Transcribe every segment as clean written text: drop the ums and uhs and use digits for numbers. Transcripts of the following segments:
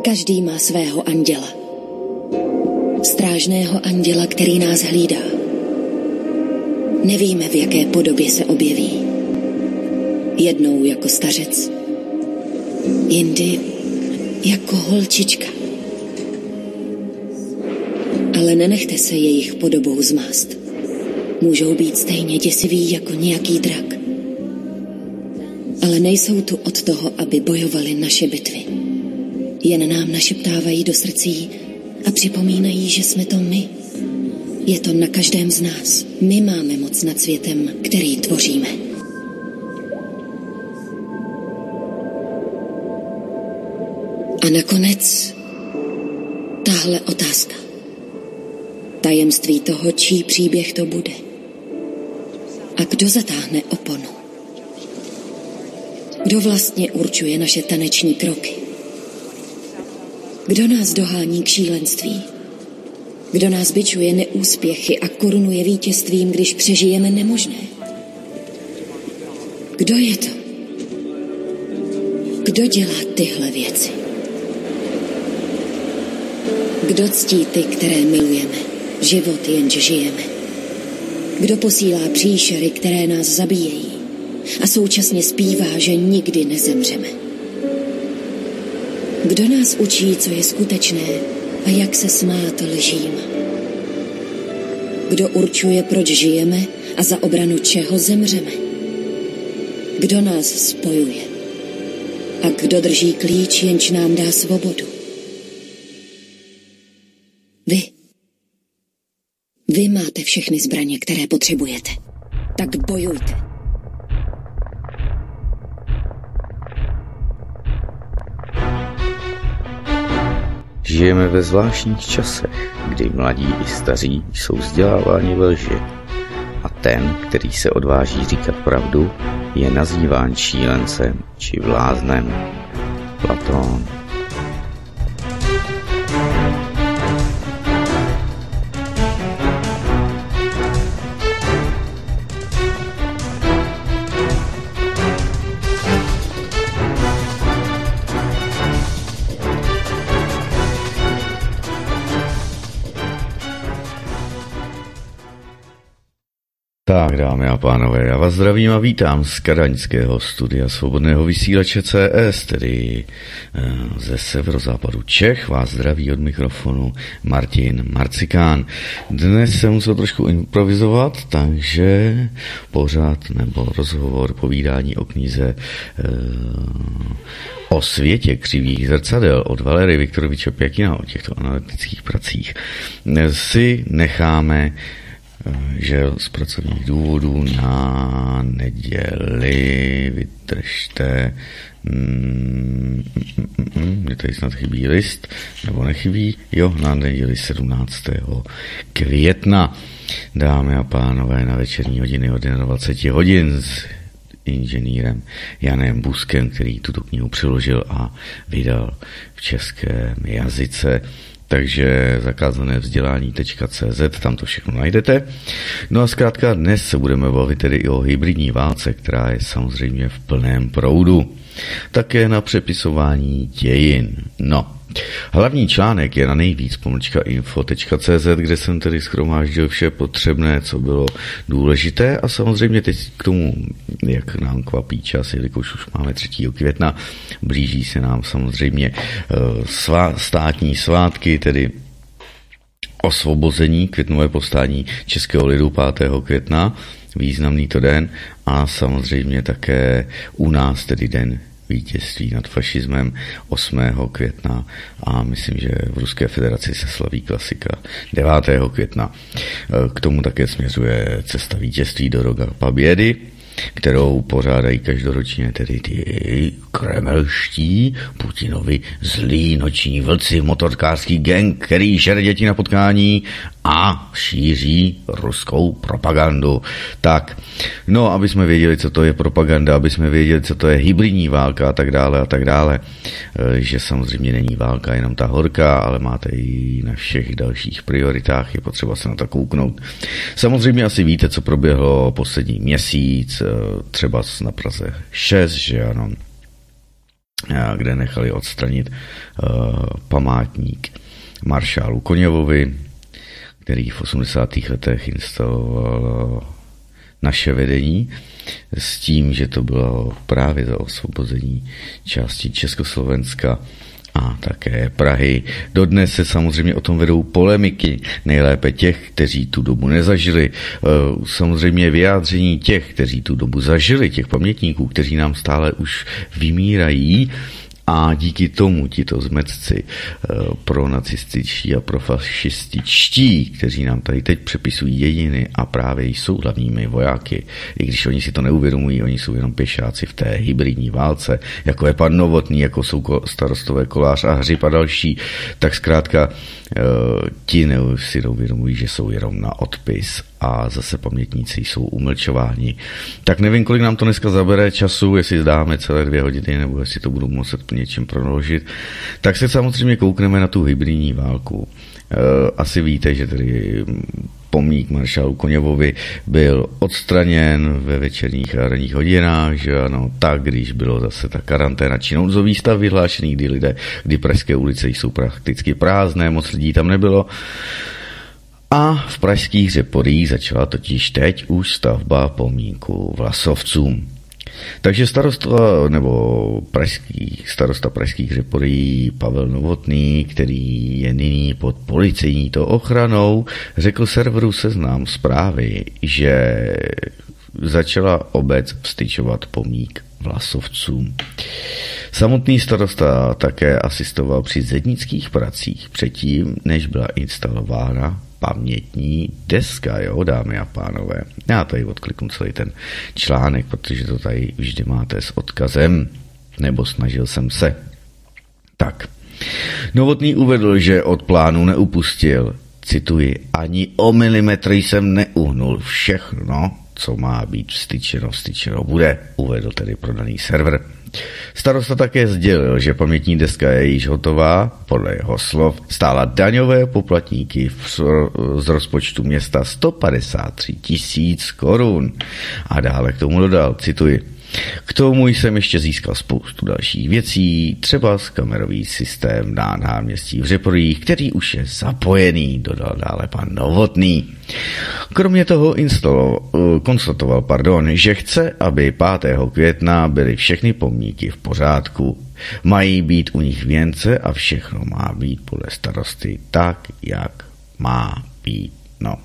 Každý má svého anděla. Strážného anděla, který nás hlídá. Nevíme, v jaké podobě se objeví. Jednou jako stařec, jindy jako holčička. Ale nenechte se jejich podobou zmást. Můžou být stejně děsiví jako nějaký drak. Ale nejsou tu od toho, aby bojovali naše bitvy. Jen nám našeptávají do srdcí a připomínají, že jsme to my. Je to na každém z nás. My máme moc nad světem, který tvoříme. A nakonec tahle otázka. Tajemství toho, čí příběh to bude. A kdo zatáhne oponu? Kdo vlastně určuje naše taneční kroky? Kdo nás dohání k šílenství? Kdo nás bičuje neúspěchy a korunuje vítězstvím, když přežijeme nemožné? Kdo je to? Kdo dělá tyhle věci? Kdo ctí ty, které milujeme? Život jenž žijeme. Kdo posílá příšery, které nás zabíjejí a současně zpívá, že nikdy nezemřeme? Kdo nás učí, co je skutečné a jak se smát lžím? Kdo určuje, proč žijeme a za obranu čeho zemřeme? Kdo nás spojuje? A kdo drží klíč, jenž nám dá svobodu? Vy máte všechny zbraně, které potřebujete. Tak bojujte. Žijeme ve zvláštních časech, kdy mladí i staří jsou vzděláváni ve lži. A ten, který se odváží říkat pravdu, je nazýván šílencem či bláznem. Platón. Tak, dámy a pánové, já vás zdravím a vítám z kadaňského studia Svobodného vysílače CS, tedy ze severozápadu Čech. Vás zdraví od mikrofonu Martin Marcikán. Dnes jsem musel trošku improvizovat, takže pořád nebo rozhovor, povídání o knize O světě křivých zrcadel od Valery Viktoroviče Pěkina, o těchto analytických pracích, si necháme že z pracovních důvodů na neděli. Vydržte. Mně tady snad chybí list, nebo nechybí? Jo, na neděli 17. května. Dámy a pánové, na večerní hodiny od 21 hodin s inženýrem Janem Buskem, který tuto knihu přeložil a vydal v českém jazyce. Takže zakázané vzdělání.cz, tam to všechno najdete. No a zkrátka dnes se budeme bavit tedy i o hybridní válce, která je samozřejmě v plném proudu. Také na přepisování dějin. No, hlavní článek je na nejvíc-info.cz, kde jsem tedy shromáždil vše potřebné, co bylo důležité a samozřejmě teď k tomu, jak nám kvapí čas, jelikož už máme 3. května, blíží se nám samozřejmě státní svátky, tedy osvobození, květnové povstání českého lidu 5. května, významný to den a samozřejmě také u nás tedy den vítězství nad fašismem 8. května a myslím, že v Ruské federaci se slaví klasika 9. května. K tomu také směřuje cesta vítězství do Roga Pabědy, kterou pořádají každoročně tedy ty kremelští Putinovi zlí noční vlci, motorkářský gang, který žere děti na potkání a šíří ruskou propagandu. Tak, no, aby jsme věděli, co to je propaganda, aby jsme věděli, co to je hybridní válka a tak dále, že samozřejmě není válka jenom ta horká, ale máte i na všech dalších prioritách, je potřeba se na to kouknout. Samozřejmě asi víte, co proběhlo poslední měsíc, třeba na Praze 6, že ano, kde nechali odstranit památník maršálu Koněvovi, který v 80. letech instaloval naše vedení s tím, že to bylo právě za osvobození části Československa a také Prahy. Dodnes se samozřejmě o tom vedou polemiky, nejlépe těch, kteří tu dobu nezažili. Samozřejmě vyjádření těch, kteří tu dobu zažili, těch pamětníků, kteří nám stále už vymírají, a díky tomu tito zmetci pronacističtí a profašističtí, kteří nám tady teď přepisují dějiny a právě jsou hlavními vojáky, i když oni si to neuvědomují, oni jsou jenom pěšáci v té hybridní válce, jako je pan Novotný, jako jsou starostové Kolář a Hřib a další, tak zkrátka ti si neuvědomují, že jsou jenom na odpis a zase pamětníci jsou umlčováni. Tak nevím, kolik nám to dneska zabere času, jestli dáme celé 2 hodiny, nebo jestli to budu muset něčím prodloužit. Tak se samozřejmě koukneme na tu hybridní válku. Asi víte, že tedy pomník maršálu Koněvovi byl odstraněn ve večerních a ranních hodinách, že ano, tak když bylo zase ta karanténa či nouzový stav vyhlášený, kdy pražské ulice jsou prakticky prázdné, moc lidí tam nebylo. A v pražských Řeporích začala totiž teď už stavba pomníku Vlasovcům. Takže starosta pražských Řeporí Pavel Novotný, který je nyní pod policejní ochranou, řekl serveru Seznam Zprávy, že začala obec vstyčovat pomník Vlasovcům. Samotný starosta také asistoval při zednických pracích předtím, než byla instalována pamětní deska, jo, dámy a pánové. Já tady odkliknu celý ten článek, protože to tady vždy máte s odkazem, nebo snažil jsem se. Tak. Novotný uvedl, že od plánu neupustil, cituji, ani o milimetr jsem neuhnul, všechno, co má být vstyčeno bude, uvedl tedy prodaný server. Starosta také sdělil, že pamětní deska je již hotová, podle jeho slov stála daňové poplatníky z rozpočtu města 153 000 korun. A dále k tomu dodal, cituji, k tomu jsem ještě získal spoustu dalších věcí, třeba kamerový systém na náměstí v Řeporích, který už je zapojený, dodal dále pan Novotný. Kromě toho konstatoval, že chce, aby 5. května byly všechny pomníky v pořádku. Mají být u nich věnce a všechno má být podle starosty tak, jak má být. No.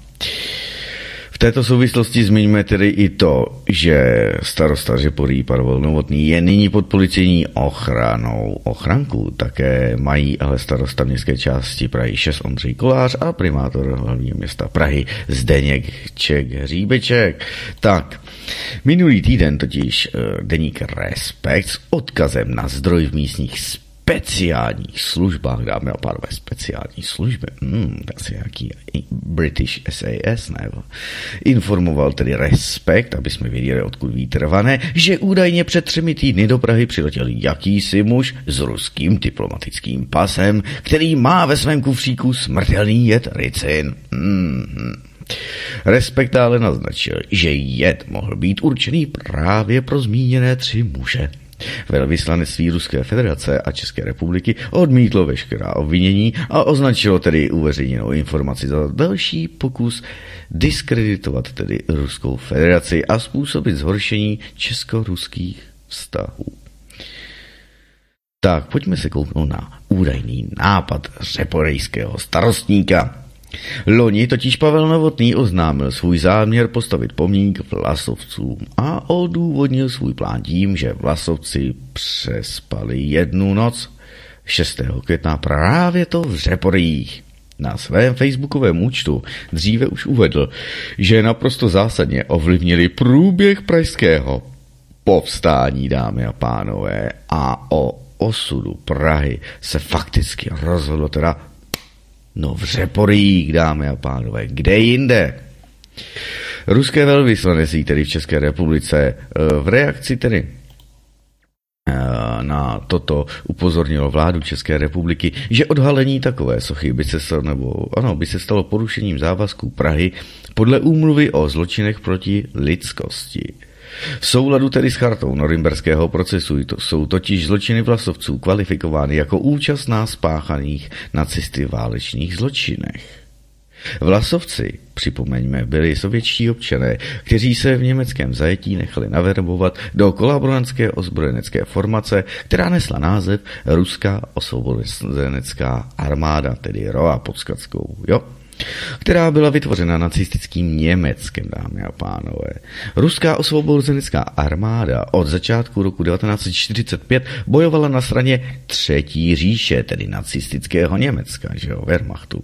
V této souvislosti zmiňme tedy i to, že starosta Řeporí Pavel Novotný je nyní pod policejní ochranku. Také mají ale starosta městské části Prahy 6 Ondřej Kolář a primátor hlavního města Prahy Zdeněk Hříbeček. Tak, minulý týden totiž deník Respekt s odkazem na zdroj v místních speciálních službách, dámy a pánové, speciální služby, asi nějaký British SAS, nebo informoval tedy Respekt, aby jsme věděli, odkud vítr vane, že údajně před 3 týdny do Prahy přiletěl jakýsi muž s ruským diplomatickým pasem, který má ve svém kufříku smrtelný jed ricin. Respekt dále naznačil, že jed mohl být určený právě pro zmíněné 3 muže. Velvyslanectví Ruské federace a České republiky odmítlo veškerá obvinění a označilo tedy uveřejněnou informaci za další pokus diskreditovat tedy Ruskou federaci a způsobit zhoršení česko-ruských vztahů. Tak, pojďme se kouknout na údajný nápad řeporejského starostníka. Loni totiž Pavel Novotný oznámil svůj záměr postavit pomník Vlasovcům a odůvodnil svůj plán tím, že Vlasovci přespali jednu noc 6. května právě to v Řeporích. Na svém facebookovém účtu dříve už uvedl, že naprosto zásadně ovlivnili průběh pražského povstání, dámy a pánové, a o osudu Prahy se fakticky rozhodlo teda v Řeporích, dámy a pánové, kde jinde. Ruské velvyslanectví tedy v České republice v reakci tedy na toto upozornilo vládu České republiky, že odhalení takové sochy by se stalo porušením závazků Prahy podle úmluvy o zločinech proti lidskosti. V souladu tedy s chartou norimberského procesu jsou totiž zločiny vlasovců kvalifikovány jako účast na spáchaných nacisty válečných zločinech. Vlasovci, připomeňme, byli sovětští občané, kteří se v německém zajetí nechali naverbovat do kolaborantské ozbrojenecké formace, která nesla název Ruská osvobozenecká armáda, tedy ROA pod Skadskou, která byla vytvořena nacistickým Německem, dámy a pánové. Ruská osvobozenecká armáda od začátku roku 1945 bojovala na straně Třetí říše, tedy nacistického Německa, Wehrmachtu.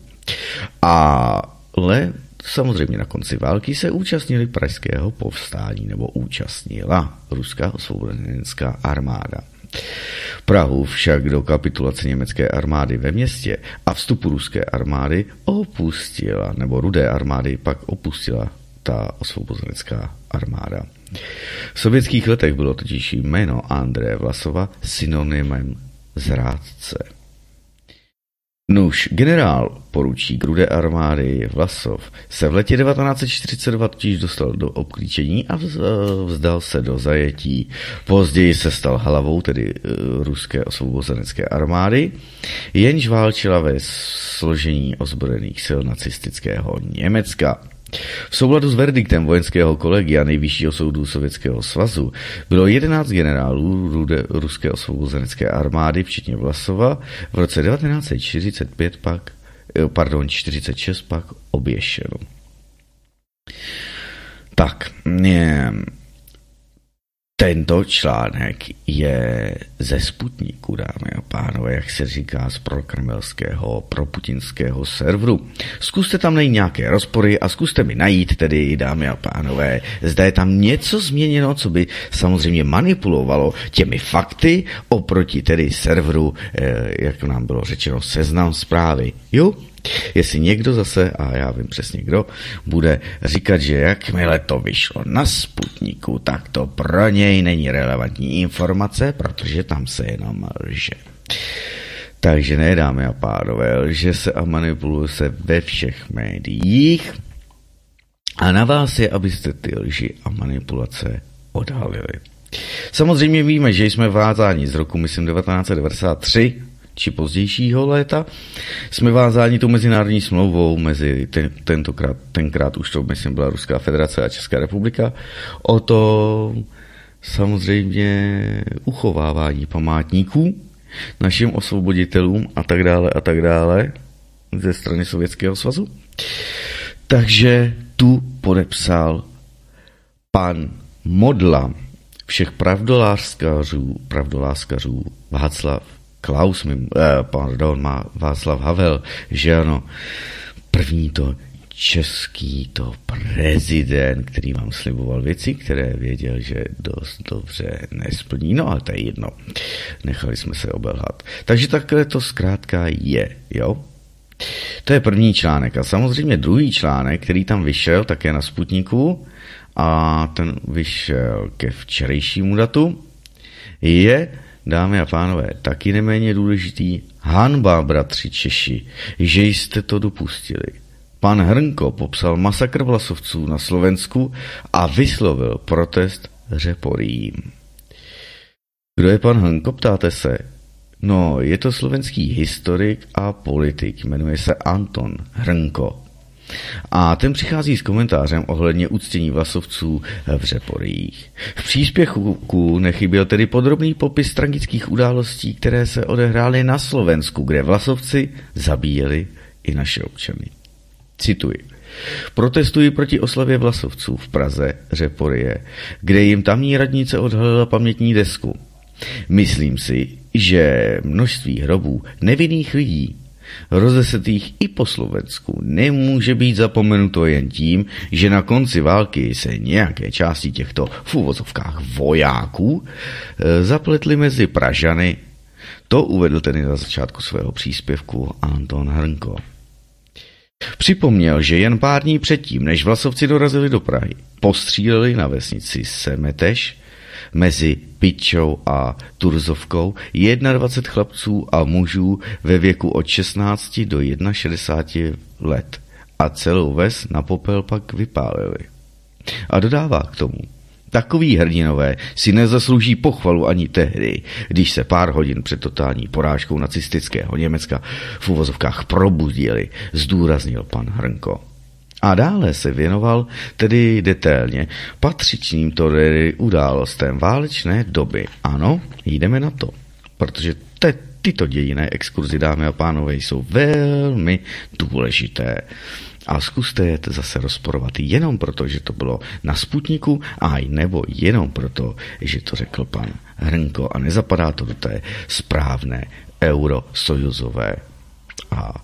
Ale samozřejmě na konci války se účastnili pražského povstání, nebo účastnila Ruská osvobozenecká armáda. Prahu však do kapitulace německé armády ve městě a vstupu ruské armády opustila, nebo Rudé armády pak opustila ta osvobozenecká armáda. V sovětských letech bylo totiž jméno Andreje Vlasova synonymem zrádce. Nuž, generál poručík Rudé armády Vlasov se v letě 1942 totiž dostal do obklíčení a vzdal se do zajetí. Později se stal hlavou, tedy ruské osvobozenecké armády, jenž válčila ve složení ozbrojených sil nacistického Německa. V souladu s verdiktem vojenského kolegia Nejvyššího soudu Sovětského svazu bylo 11 generálů ruské osvobozenecké armády, včetně Vlasova, v roce 1946 pak oběšeno. Tak, tento článek je ze Sputniku, dámy a pánové, jak se říká, z prokremelského, proputinského serveru. Zkuste tam najít nějaké rozpory a zkuste mi najít, tedy, dámy a pánové, zda je tam něco změněno, co by samozřejmě manipulovalo těmi fakty oproti tedy serveru, jak nám bylo řečeno, Seznam Zprávy. Jo? Jestli někdo zase, a já vím přesně kdo, bude říkat, že jakmile to vyšlo na Sputniku, tak to pro něj není relevantní informace, protože tam se jenom lže. Takže ne, dámy a pánové, lže se a manipuluje se ve všech médiích a na vás je, abyste ty lži a manipulace odhalili. Samozřejmě víme, že jsme vázáni z roku, myslím, 1993, či pozdějšího léta, jsme vázáni tou mezinárodní smlouvou mezi tenkrát už to, myslím, byla Ruská federace a Česká republika, o to samozřejmě uchovávání památníků našim osvoboditelům a tak dále ze strany Sovětského svazu. Takže tu podepsal pan Modla všech pravdoláskařů Václav Klaus, Václav Havel, že ano, první to český to prezident, který vám sliboval věci, které věděl, že dost dobře nesplní, no ale to je jedno, nechali jsme se obelhat. Takže takhle to zkrátka je, jo? To je první článek a samozřejmě druhý článek, který tam vyšel také na Sputniku a ten vyšel ke včerejšímu datu, je, dámy a pánové, taky neméně důležitý, hanba, bratři Češi, že jste to dopustili. Pan Hrnko popsal masakr vlasovců na Slovensku a vyslovil protest řeporím. Kdo je pan Hrnko, ptáte se? No, je to slovenský historik a politik, jmenuje se Anton Hrnko. A ten přichází s komentářem ohledně uctění vlasovců v Řeporích. V příspěvku nechyběl tedy podrobný popis tragických událostí, které se odehrály na Slovensku, kde vlasovci zabíjeli i naše občany. Cituji. Protestuji proti oslavě vlasovců v Praze, Řeporyje, kde jim tamní radnice odhalila pamětní desku. Myslím si, že množství hrobů nevinných lidí rozesetých i po Slovensku nemůže být zapomenuto jen tím, že na konci války se nějaké části těchto v uvozovkách vojáků zapletly mezi Pražany. To uvedl tedy na začátku svého příspěvku Anton Hrnko. Připomněl, že jen pár dní předtím, než vlasovci dorazili do Prahy, postříleli na vesnici Semeteš mezi Pičou a Turzovkou 21 chlapců a mužů ve věku od 16 do 61 let a celou ves na popel pak vypálili. A dodává k tomu, Takoví hrdinové si nezaslouží pochvalu ani tehdy, když se pár hodin před totální porážkou nacistického Německa v uvozovkách probudili, zdůraznil pan Hrnko. A dále se věnoval tedy detailně patřičným událostem válečné doby. Ano, jdeme na to, protože tyto dějinné exkurzy, dámy a pánové, jsou velmi důležité. A zkuste je zase rozporovat jenom proto, že to bylo na Sputniku, a nebo jenom proto, že to řekl pan Hrnko a nezapadá to do té správné eurosojuzové a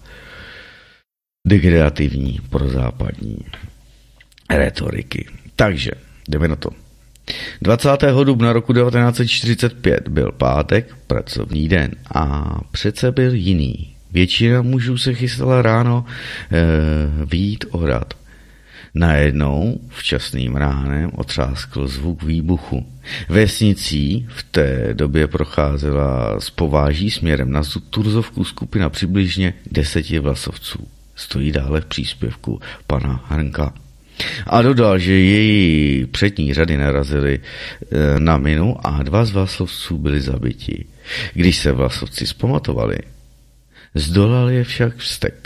degradativní prozápadní retoriky. Takže jdeme na to. 20. dubna roku 1945 byl pátek, pracovní den, a přece byl jiný. Většina mužů se chystala ráno vyjít ohrad. Najednou včasným ránem otřáskl zvuk výbuchu. Vesnicí v té době procházela z Pováží směrem na Turzovku skupina přibližně 10 vlasovců. Stojí dále v příspěvku pana Hrnka. A dodal, že její přední řady narazily na minu a 2 z vlasovců byli zabiti. Když se vlasovci zpamatovali, zdolal je však vztek.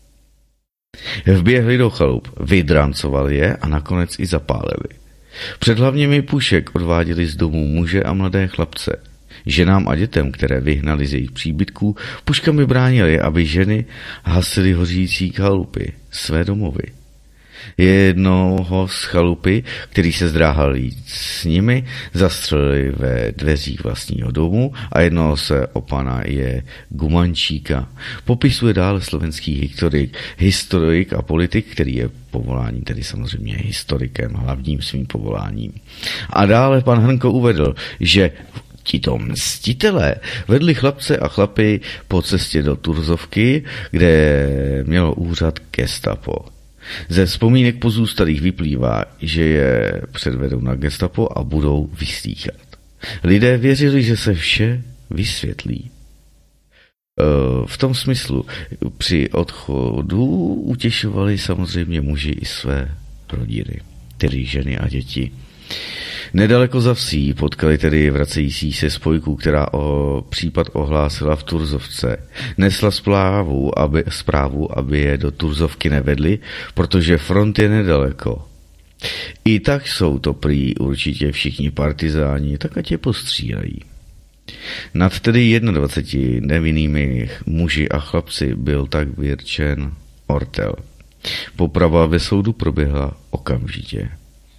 Vběhli do chalup, vydrancovali je a nakonec i zapálili. Před hlavněmi pušek odváděli z domů muže a mladé chlapce. Ženám a dětem, které vyhnali z jejich příbytků, puškami bránili, aby ženy hasily hořící chalupy, své domovy. Jednoho z chalupy, který se zdráhal jít s nimi, zastřelili ve dveřích vlastního domu a jednoho se o pana je Gumančíka. Popisuje dále slovenský historik a politik, který je povoláním, tedy samozřejmě historikem, hlavním svým povoláním. A dále pan Hrnko uvedl, že tito mstitelé vedli chlapce a chlapy po cestě do Turzovky, kde mělo úřad gestapo. Ze vzpomínek pozůstalých vyplývá, že je předvedou na gestapo a budou vyslýchat. Lidé věřili, že se vše vysvětlí. V tom smyslu při odchodu utěšovali samozřejmě muži i své rodiny, tedy ženy a děti. Nedaleko za vsí potkali tedy vracející se spojku, která případ ohlásila v Turzovce. Nesla zprávu, aby je do Turzovky nevedli, protože front je nedaleko. I tak jsou to prý určitě všichni partizáni, tak ať je postřílejí. Nad tedy 21 nevinnými muži a chlapci byl tak vyrčen ortel. Poprava ve soudu proběhla okamžitě.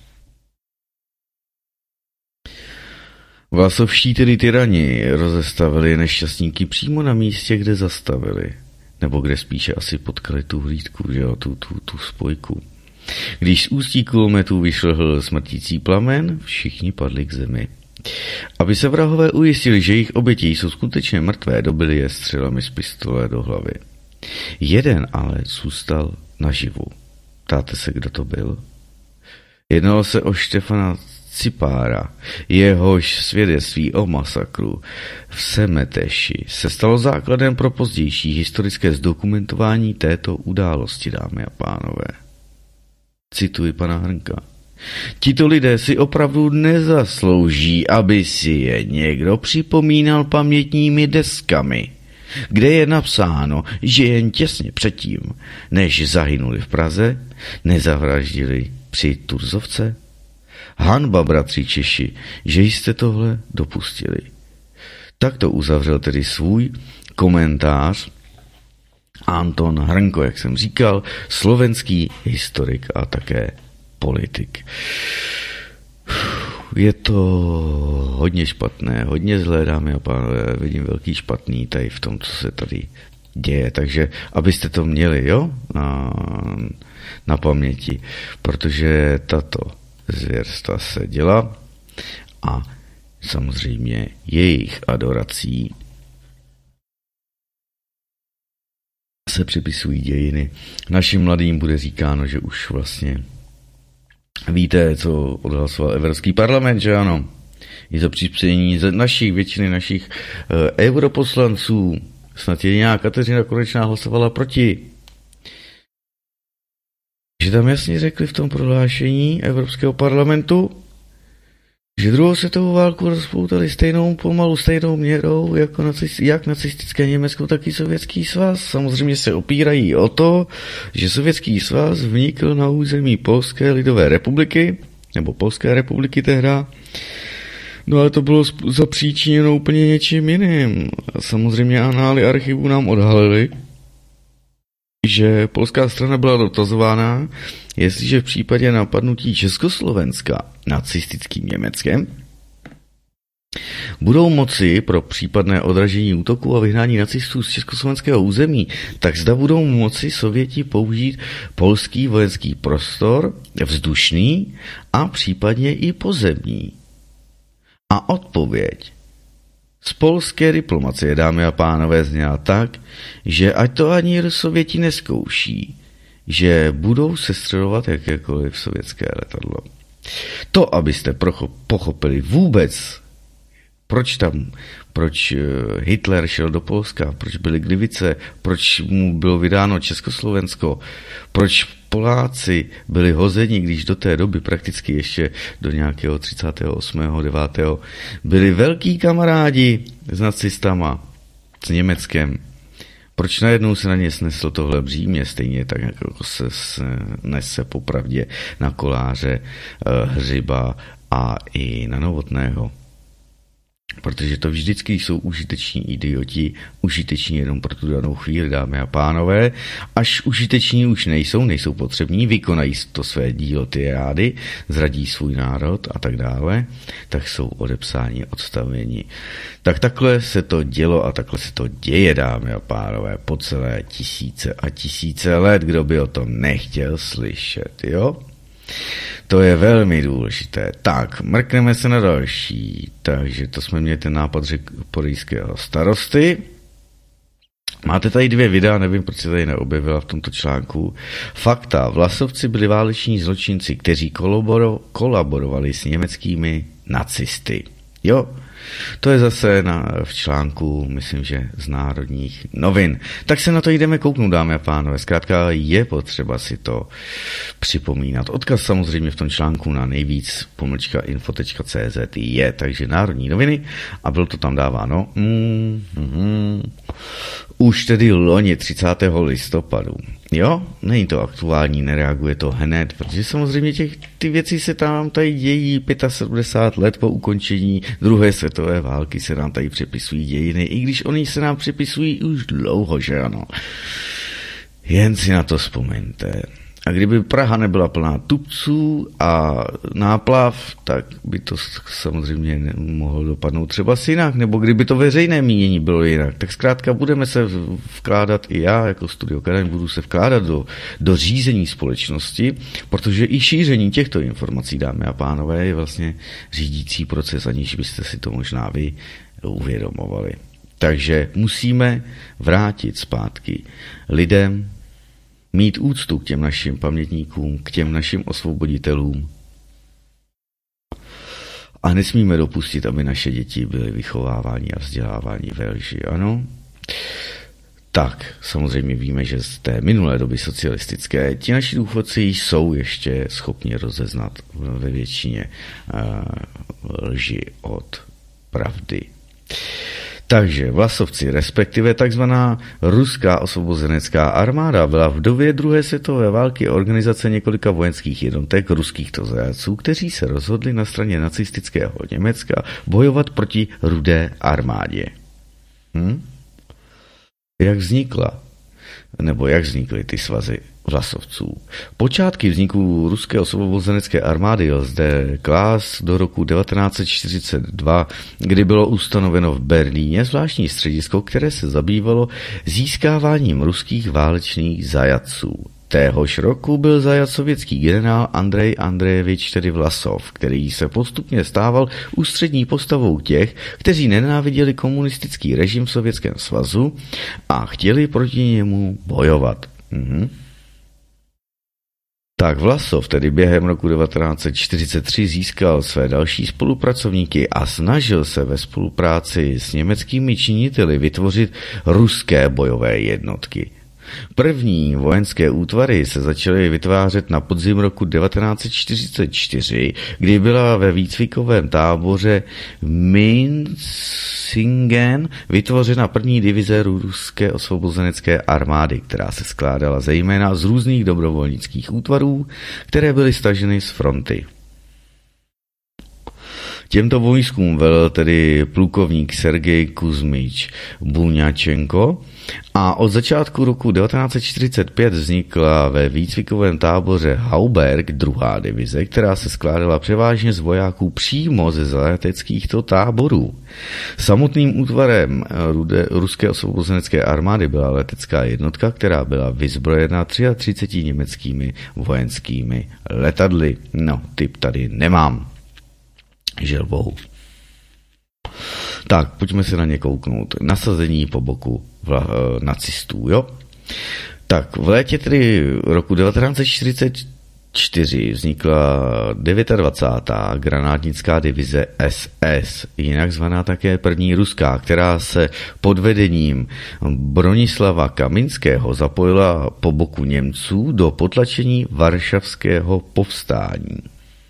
Vlasovští tedy tyrani rozestavili nešťastníky přímo na místě, kde zastavili. Nebo kde spíše asi potkali tu hlídku, že jo, tu spojku. Když z ústí kulometů vyšlehl smrtící plamen, všichni padli k zemi. Aby se vrahové ujistili, že jejich oběti jsou skutečně mrtvé, dobili je střelami z pistole do hlavy. Jeden ale zůstal naživu. Ptáte se, kdo to byl? Jednalo se o Štefana Cipára. Jehož svědectví o masakru v Semeteši se stalo základem pro pozdější historické zdokumentování této události, dámy a pánové. Cituji pana Hrnka. Tito lidé si opravdu nezaslouží, aby si je někdo připomínal pamětními deskami, kde je napsáno, že jen těsně předtím, než zahynuli v Praze, nezavraždili při Turzovce. Hanba, bratři Češi, že jste tohle dopustili. Tak to uzavřel tedy svůj komentář Anton Hrnko, jak jsem říkal, slovenský historik a také politik. Je to hodně špatné, hodně zlé, dámy a pánové, vidím velký špatný tady v tom, co se tady děje, takže abyste to měli, jo, na paměti, protože tato zvěrstva se děla a samozřejmě jejich adorací se připisují dějiny. Našim mladým bude říkáno, že už vlastně víte, co odhlasoval Evropský parlament, že ano? Je to přispění většiny našich europoslanců. Snad jediná Kateřina Konečná hlasovala proti. Že tam jasně řekli v tom prohlášení Evropského parlamentu, že druhou světovou válku rozpoutali pomalu stejnou měrou jako jak nacistické Německo, tak i Sovětský svaz. Samozřejmě se opírají o to, že Sovětský svaz vnikl na území Polské lidové republiky, nebo Polské republiky tehda. No ale to bylo zapříčiněno úplně něčím jiným. Samozřejmě anály archivu nám odhalily, že polská strana byla dotazována, jestliže v případě napadnutí Československa nacistickým Německem budou moci pro případné odražení útoku a vyhnání nacistů z československého území, tak zda budou moci Sověti použít polský vojenský prostor, vzdušný a případně i pozemní. A odpověď z polské diplomacie, dámy a pánové, zněla tak, že ať to ani Sověti neskouší, že budou sestřelovat jakékoliv sovětské letadlo. To, abyste pochopili vůbec, proč Hitler šel do Polska, proč byly Gliwice, proč mu bylo vydáno Československo, proč Poláci byli hozeni, když do té doby prakticky ještě do nějakého 38.9. byli velkí kamarádi s nacistama, s Německem. Proč najednou se na ně sneslo tohle břímě, stejně tak, jako se nese popravdě na Koláře, Hřiba a i na Novotného. Protože to vždycky jsou užiteční idioti, užiteční jenom pro tu danou chvíli, dámy a pánové. Až užiteční už nejsou potřební, vykonají to své dílo tirády, zradí svůj národ a tak dále, tak jsou odepsáni, odstavěni. Tak takhle se to dělo a takhle se to děje, dámy a pánové, po celé tisíce a tisíce let, kdo by o tom nechtěl slyšet, jo? To je velmi důležité. Tak, mrkneme se na další. Takže to jsme měli ten nápad podejského starosty. Máte tady 2 videa, nevím, proč se tady neobjevila v tomto článku. Fakta. Vlasovci byli váleční zločinci, kteří kolaborovali s německými nacisty. Jo, to je zase v článku, myslím, že z Národních novin. Tak se na to jdeme kouknout, dámy a pánové. Zkrátka je potřeba si to připomínat. Odkaz samozřejmě v tom článku na nejvíc-info.cz je, takže Národní noviny a bylo to tam dáváno. Už tedy loni 30. listopadu. Jo, není to aktuální, nereaguje to hned, protože samozřejmě ty věci se tam tady dějí 75 let po ukončení druhé světové války, se nám tady přepisují dějiny, i když oni se nám přepisují už dlouho, že ano. Jen si na to vzpomeňte. A kdyby Praha nebyla plná tupců a náplav, tak by to samozřejmě mohlo dopadnout třeba jinak, nebo kdyby to veřejné mínění bylo jinak. Tak zkrátka budeme se vkládat, i já jako Studio Kadaň budu se vkládat do řízení společnosti, protože i šíření těchto informací, dámy a pánové, je vlastně řídící proces, aniž byste si to možná vy uvědomovali. Takže musíme vrátit zpátky lidem, mít úctu k těm našim pamětníkům, k těm našim osvoboditelům. A nesmíme dopustit, aby naše děti byly vychovávány a vzdělávány ve lži, ano? Tak, samozřejmě víme, že z té minulé doby socialistické ti naši důchodci jsou ještě schopni rozeznat ve většině lži od pravdy. Takže Vlasovci, respektive takzvaná ruská osvobozenecká armáda, byla v době druhé světové války organizace několika vojenských jednotek ruských zajatců, kteří se rozhodli na straně nacistického Německa bojovat proti Rudé armádě. Jak vznikla? Nebo jak vznikly ty svazy Vlasovců? Počátky vzniku ruské osvobozenecké armády lze klást do roku 1942, kdy bylo ustanoveno v Berlíně zvláštní středisko, které se zabývalo získáváním ruských válečných zajatců. Téhož roku byl zajat sovětský generál Andrej Andrejevič, tedy Vlasov, který se postupně stával ústřední postavou těch, kteří nenáviděli komunistický režim v Sovětském svazu a chtěli proti němu bojovat. Tak Vlasov tedy během roku 1943 získal své další spolupracovníky a snažil se ve spolupráci s německými činiteli vytvořit ruské bojové jednotky. První vojenské útvary se začaly vytvářet na podzim roku 1944, kdy byla ve výcvikovém táboře Mincingen vytvořena první divize ruské osvobozenecké armády, která se skládala zejména z různých dobrovolnických útvarů, které byly staženy z fronty. Těmto vojskům velel tedy plukovník Sergej Kuzmič Buňačenko a od začátku roku 1945 vznikla ve výcvikovém táboře Hauberg druhá divize, která se skládala převážně z vojáků přímo ze leteckýchto táborů. Samotným útvarem ruské osvobozenecké armády byla letecká jednotka, která byla vyzbrojena 33 německými vojenskými letadly. No, typ tady nemám. Žel bohu. Tak, pojďme se na ně kouknout. Nasazení po boku nacistů, jo? Tak, v létě tedy roku 1944 vznikla 29. granátnická divize SS, jinak zvaná také první ruská, která se pod vedením Bronislava Kaminského zapojila po boku Němců do potlačení Varšavského povstání.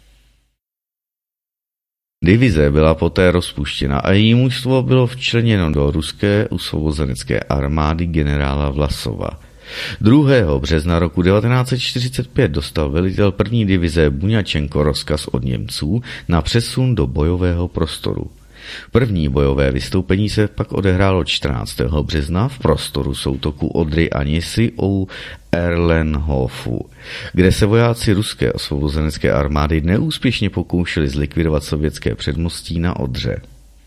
Divize byla poté rozpuštěna a její mužstvo bylo včleněno do ruské osvobozenecké armády generála Vlasova. 2. března roku 1945 dostal velitel první divize Buňačenko rozkaz od Němců na přesun do bojového prostoru. První bojové vystoupení se pak odehrálo 14. března v prostoru soutoku Odry a Nisy u Erlenhofu, kde se vojáci ruské osvobozenecké armády neúspěšně pokoušeli zlikvidovat sovětské předmostí na Odře.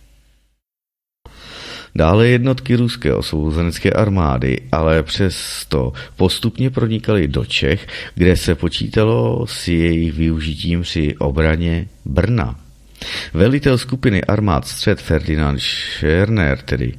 Dále jednotky ruské osvobozenecké armády, ale přesto postupně pronikaly do Čech, kde se počítalo s jejich využitím při obraně Brna. Velitel skupiny armád Střed Ferdinand Schörner tedy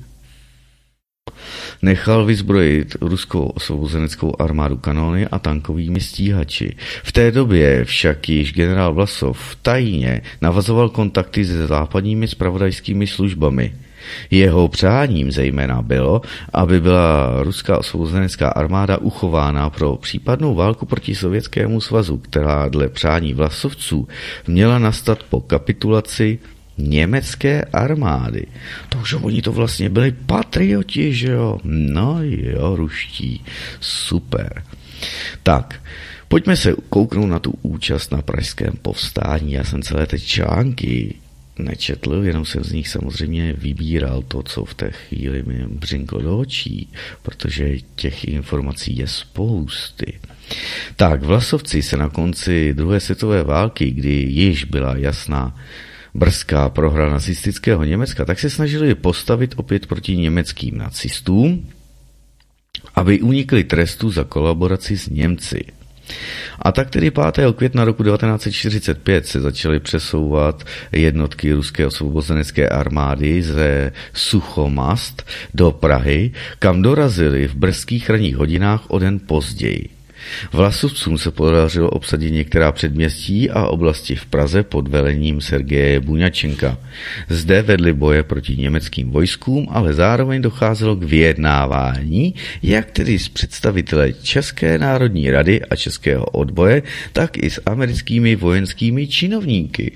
nechal vyzbrojit ruskou osvobozeneckou armádu kanóny a tankovými stíhači. V té době však již generál Vlasov tajně navazoval kontakty se západními zpravodajskými službami. Jeho přáním zejména bylo, aby byla ruská osvobozenecká armáda uchována pro případnou válku proti Sovětskému svazu, která dle přání Vlasovců měla nastat po kapitulaci německé armády. Takže oni to vlastně byli patrioti, že jo? No jo, ruští. Super. Tak, pojďme se kouknout na tu účast na pražském povstání. Já jsem celé ty články nečetl, jenom jsem z nich samozřejmě vybíral to, co v té chvíli mi břinklo do očí, protože těch informací je spousty. Tak, Vlasovci se na konci druhé světové války, kdy již byla jasná brzká prohra nacistického Německa, tak se snažili postavit opět proti německým nacistům, aby unikli trestu za kolaboraci s Němci. A tak tedy 5. května roku 1945 se začaly přesouvat jednotky ruské osvobozenecké armády ze Suchomast do Prahy, kam dorazili v brzkých ranních hodinách o den později. Vlasovcům se podařilo obsadit některá předměstí a oblasti v Praze pod velením Sergeje Buňačenka. Zde vedli boje proti německým vojskům, ale zároveň docházelo k vyjednávání, jak tedy s představiteli České národní rady a Českého odboje, tak i s americkými vojenskými činovníky.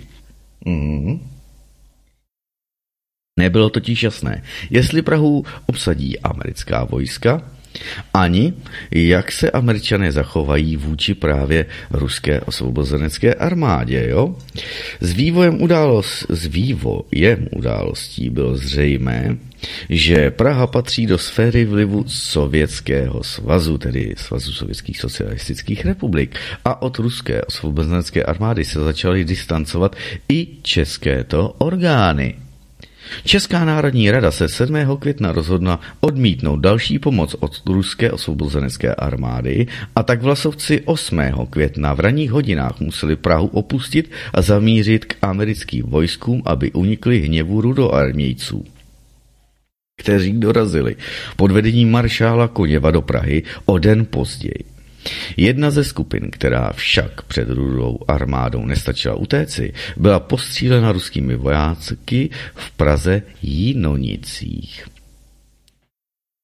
Nebylo totiž jasné, jestli Prahu obsadí americká vojska, ani jak se Američané zachovají vůči právě ruské osvobozenecké armádě. Jo? S vývojem událostí bylo zřejmé, že Praha patří do sféry vlivu Sovětského svazu, tedy Svazu sovětských socialistických republik, a od ruské osvobozenecké armády se začaly distancovat i českéto orgány. Česká národní rada se 7. května rozhodla odmítnout další pomoc od ruské osvobozenecké armády a tak Vlasovci 8. května v ranních hodinách museli Prahu opustit a zamířit k americkým vojskům, aby unikli hněvu rudoarmějců, kteří dorazili pod vedením maršála Koněva do Prahy o den později. Jedna ze skupin, která však před rudou armádou nestačila utéci, byla postřílena ruskými vojáky v Praze Jinonicích.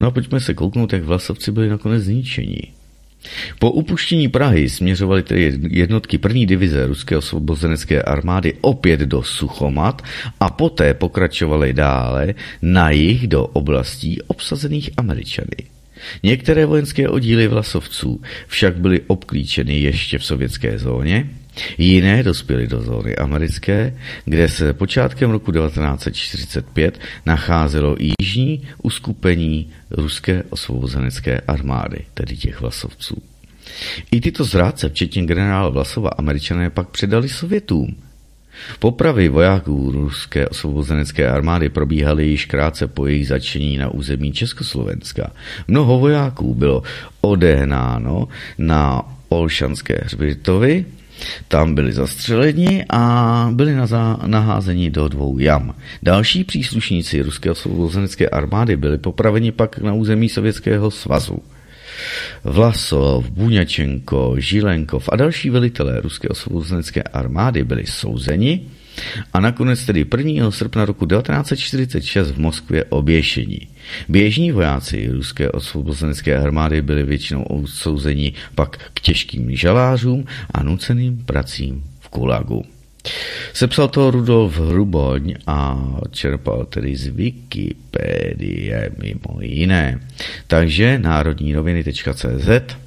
No a pojďme se kouknout, jak Vlasovci byli nakonec zničeni. Po upuštění Prahy směřovaly tedy jednotky první divize ruské osvobozenecké armády opět do Suchomat a poté pokračovaly dále na jih do oblastí obsazených Američany. Některé vojenské oddíly Vlasovců však byly obklíčeny ještě v sovětské zóně, jiné dospěly do zóny americké, kde se počátkem roku 1945 nacházelo i jižní uskupení ruské osvobozenecké armády, tedy těch Vlasovců. I tyto zrádce, včetně generála Vlasova, Američané pak předali Sovětům. Popravy vojáků ruské osvobozenecké armády probíhaly již krátce po jejich začení na území Československa. Mnoho vojáků bylo odehnáno na Olšanské hřbitovy, tam byli zastřeleni a byli naházeni do 2 jam. Další příslušníci ruské osvobozenecké armády byli popraveni pak na území Sovětského svazu. Vlasov, Buňačenko, Žilenkov a další velitelé ruské osvobozenecké armády byli souzeni a nakonec tedy 1. srpna roku 1946 v Moskvě oběšeni. Běžní vojáci ruské osvobozenecké armády byli většinou odsouzeni pak k těžkým žalářům a nuceným pracím v Gulagu. Sepsal to Rudolf Hruboň a čerpal tedy z Wikipedie mimo jiné. Takže národnínoviny.cz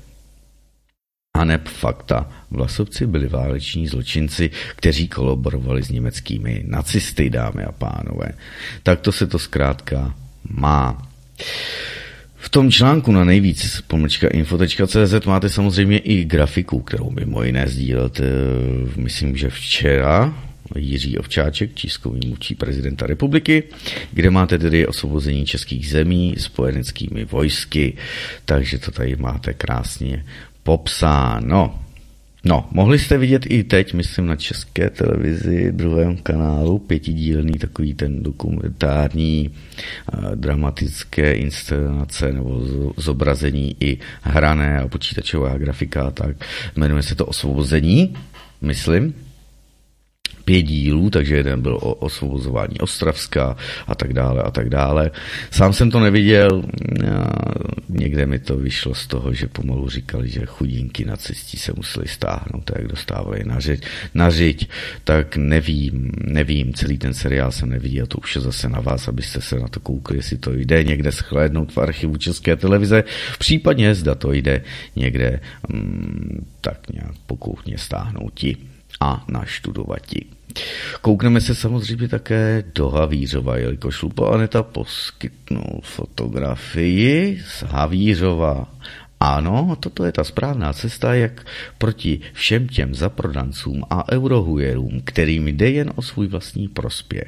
a neb fakta. Vlasovci byli váleční zločinci, kteří kolaborovali s německými nacisty, dámy a pánové. Takto se to zkrátka má. V tom článku na nejvíc-info.cz máte samozřejmě i grafiku, kterou mimo jiné sdílel, myslím, že včera, Jiří Ovčáček, tiskový mluvčí prezidenta republiky, kde máte tedy osvobození českých zemí spojeneckými vojsky, takže to tady máte krásně popsáno. No, mohli jste vidět i teď, myslím, na České televizi, 2. kanálu, 5dílný takový ten dokumentární dramatické inscenace nebo zobrazení i hrané a počítačová grafika, tak jmenuje se to Osvobození, myslím. 5 dílů, takže jeden byl o osvobozování Ostravska a tak dále a tak dále. Sám jsem to neviděl, někde mi to vyšlo z toho, že pomalu říkali, že chudinky nacisti se museli stáhnout, jak dostávali na řiď, tak nevím, celý ten seriál jsem neviděl, to už je zase na vás, abyste se na to koukli, jestli to jde někde shlédnout v archivu České televize, případně zda to jde někde tak nějak pokoutně stáhnouti a naštudovati. Koukneme se samozřejmě také do Havířova, jelikož Lupa Aneta poskytnul fotografii z Havířova. Ano, toto je ta správná cesta, jak proti všem těm zaprodancům a eurohujerům, kterým jde jen o svůj vlastní prospěch.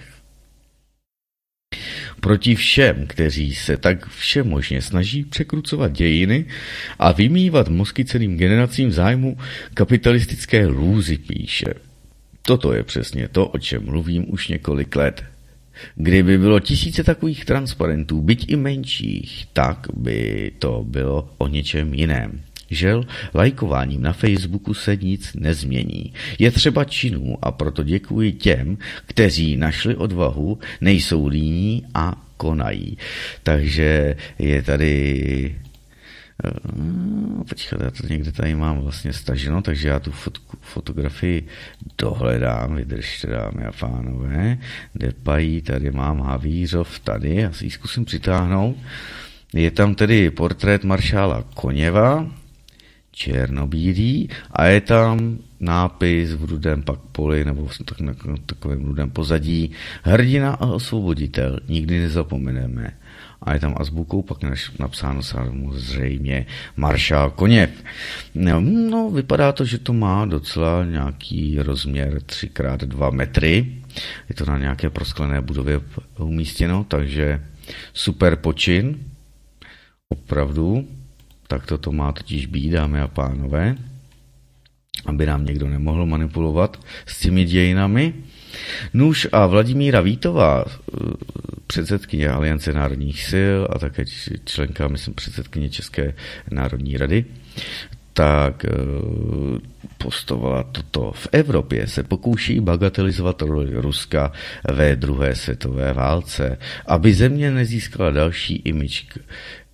Proti všem, kteří se tak všemožně snaží překrucovat dějiny a vymývat mozky celým generacím v zájmu kapitalistické lůzy, píše. Toto je přesně to, o čem mluvím už několik let. Kdyby bylo tisíce takových transparentů, byť i menších, tak by to bylo o něčem jiném. Žel, lajkováním na Facebooku se nic nezmění. Je třeba činů a proto děkuji těm, kteří našli odvahu, nejsou líní a konají. Takže je tady... Počkat, já to někde tady mám vlastně staženo, takže já tu fotografii dohledám, vydržte, dámy a pánové. Depají, tady mám Havířov, tady, já si ji zkusím přitáhnout. Je tam tedy portrét maršála Koněva, černobílý, a je tam nápis v rudém pak poli, nebo v takovém rudém pozadí, hrdina a osvoboditel, nikdy nezapomeneme. A je tam azbukou pak napsáno samozřejmě maršál Koněv. No, vypadá to, že to má docela nějaký rozměr 3x2 metry. Je to na nějaké prosklené budově umístěno, takže super počin. Opravdu. Tak toto má totiž být, dámy a pánové, aby nám někdo nemohl manipulovat s těmi dějinami. Nuž a Vladimíra Vítová, předsedkyně Aliance národních sil a také členka, myslím, předsedkyně České národní rady, tak postovala toto. V Evropě se pokouší bagatelizovat roli Ruska ve druhé světové válce, aby země nezískala další image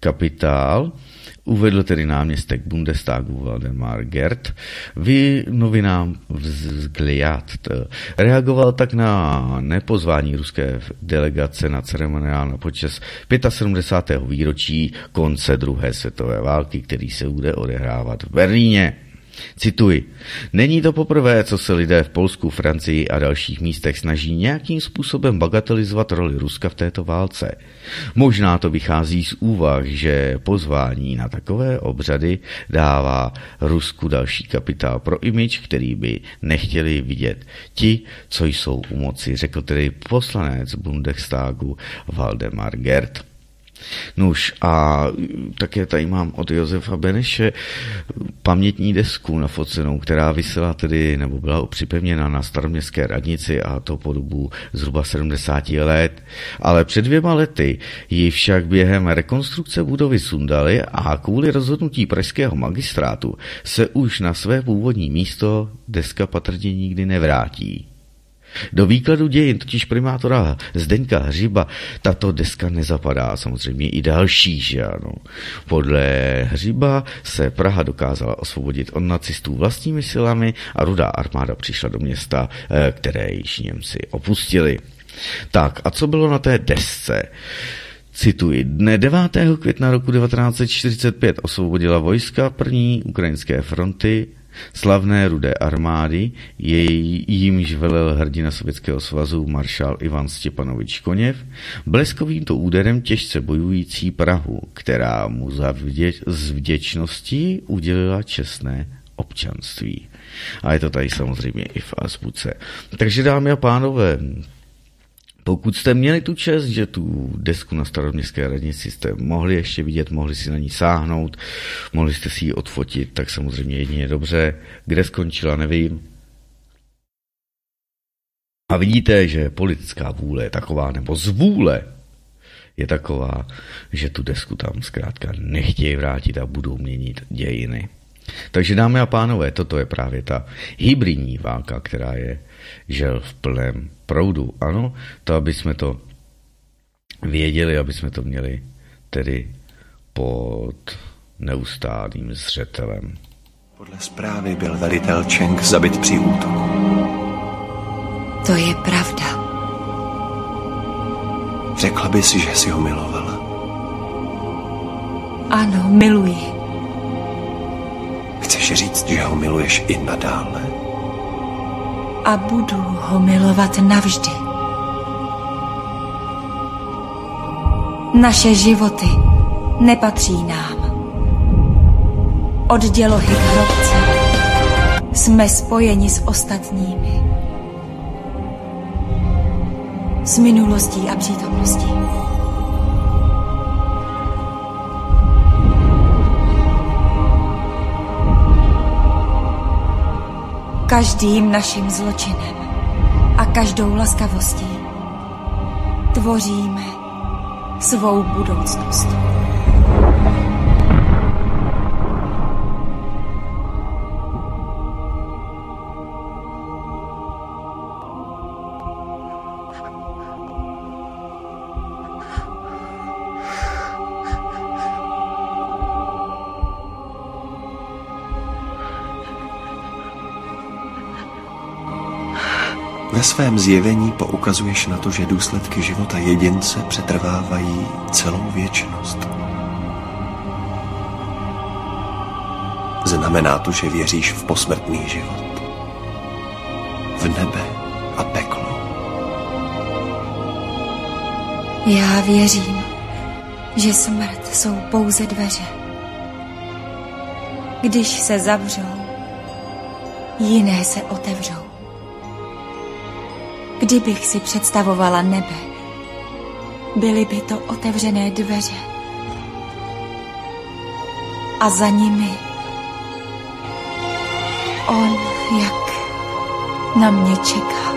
kapitál uvedl tedy náměstek Bundestagu Waldemar Gerd v novinám Vzgliad. Reagoval tak na nepozvání ruské delegace na ceremoniál na počest 75. výročí konce druhé světové války, který se bude odehrávat v Berlíně. Cituji, není to poprvé, co se lidé v Polsku, Francii a dalších místech snaží nějakým způsobem bagatelizovat roli Ruska v této válce. Možná to vychází z úvah, že pozvání na takové obřady dává Rusku další kapitál pro image, který by nechtěli vidět ti, co jsou u moci, řekl tedy poslanec Bundestagu Waldemar Gerd. Nuž a také tady mám od Josefa Beneše pamětní desku nafocenou, která visela tedy, nebo byla připevněna na staroměstské radnici a to po dobu zhruba 70 let. Ale před 2 lety ji však během rekonstrukce budovy sundali a kvůli rozhodnutí pražského magistrátu se už na své původní místo deska patrně nikdy nevrátí. Do výkladu dějin totiž primátora Zdeňka Hřiba tato deska nezapadá, samozřejmě i další, že ano. Podle Hřiba se Praha dokázala osvobodit od nacistů vlastními silami a Rudá armáda přišla do města, které již Němci opustili. Tak a co bylo na té desce? Cituji, dne 9. května roku 1945 osvobodila vojska první ukrajinské fronty slavné Rudé armády, jímž velel hrdina Sovětského svazu maršál Ivan Stěpanovič Koněv, bleskovýmto úderem těžce bojující Prahu, která mu z vděčnosti udělila čestné občanství. A je to tady samozřejmě i v azbuce. Takže dámy a pánové, pokud jste měli tu čest, že tu desku na staroměstské radnici jste mohli ještě vidět, mohli si na ní sáhnout, mohli jste si ji odfotit, tak samozřejmě jedině dobře. Kde skončila, nevím. A vidíte, že politická vůle je taková, nebo zvůle je taková, že tu desku tam zkrátka nechtějí vrátit a budou měnit dějiny. Takže dámy a pánové, toto je právě ta hybridní válka, která je žel v plném proudu. Ano, to aby jsme to věděli, aby jsme to měli tedy pod neustálým zřetelem. Podle zprávy byl velitel Čeng zabit při útoku. To je pravda. Řekla bys, že si ho milovala? Ano, miluji. Chceš říct, že ho miluješ i nadále? A budu ho milovat navždy. Naše životy nepatří nám. Od dělohy k hrobce jsme spojeni s ostatními. S minulostí a přítomností. Každým naším zločinem a každou laskavostí tvoříme svou budoucnost. Ve svém zjevení poukazuješ na to, že důsledky života jedince přetrvávají celou věčnost. Znamená to, že věříš v posmrtný život, v nebe a peklo. Já věřím, že smrt jsou pouze dveře. Když se zavřou, jiné se otevřou. Kdybych si představovala nebe, byly by to otevřené dveře. A za nimi on, jak na mě čeká.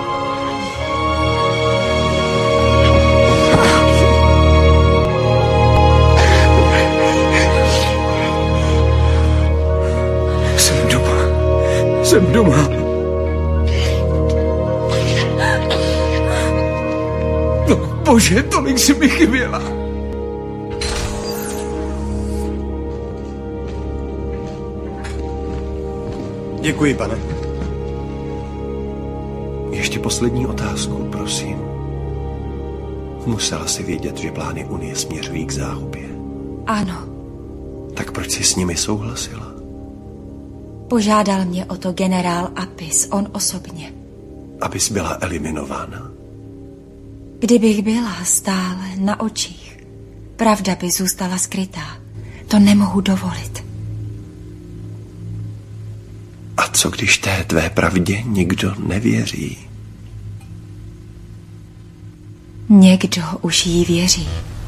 Jsem doma. No, bože, tolik si mi chyběla. Děkuji, pane. Ještě poslední otázku, prosím. Musela si vědět, že plány Unie směřují k záhubě. Ano. Tak proč jsi s nimi souhlasila? Požádal mě o to generál Apis, on osobně. Abys byla eliminována? Kdybych byla stále na očích, pravda by zůstala skrytá. To nemohu dovolit. A co když té tvé pravdě nikdo nevěří? Někdo už jí věří.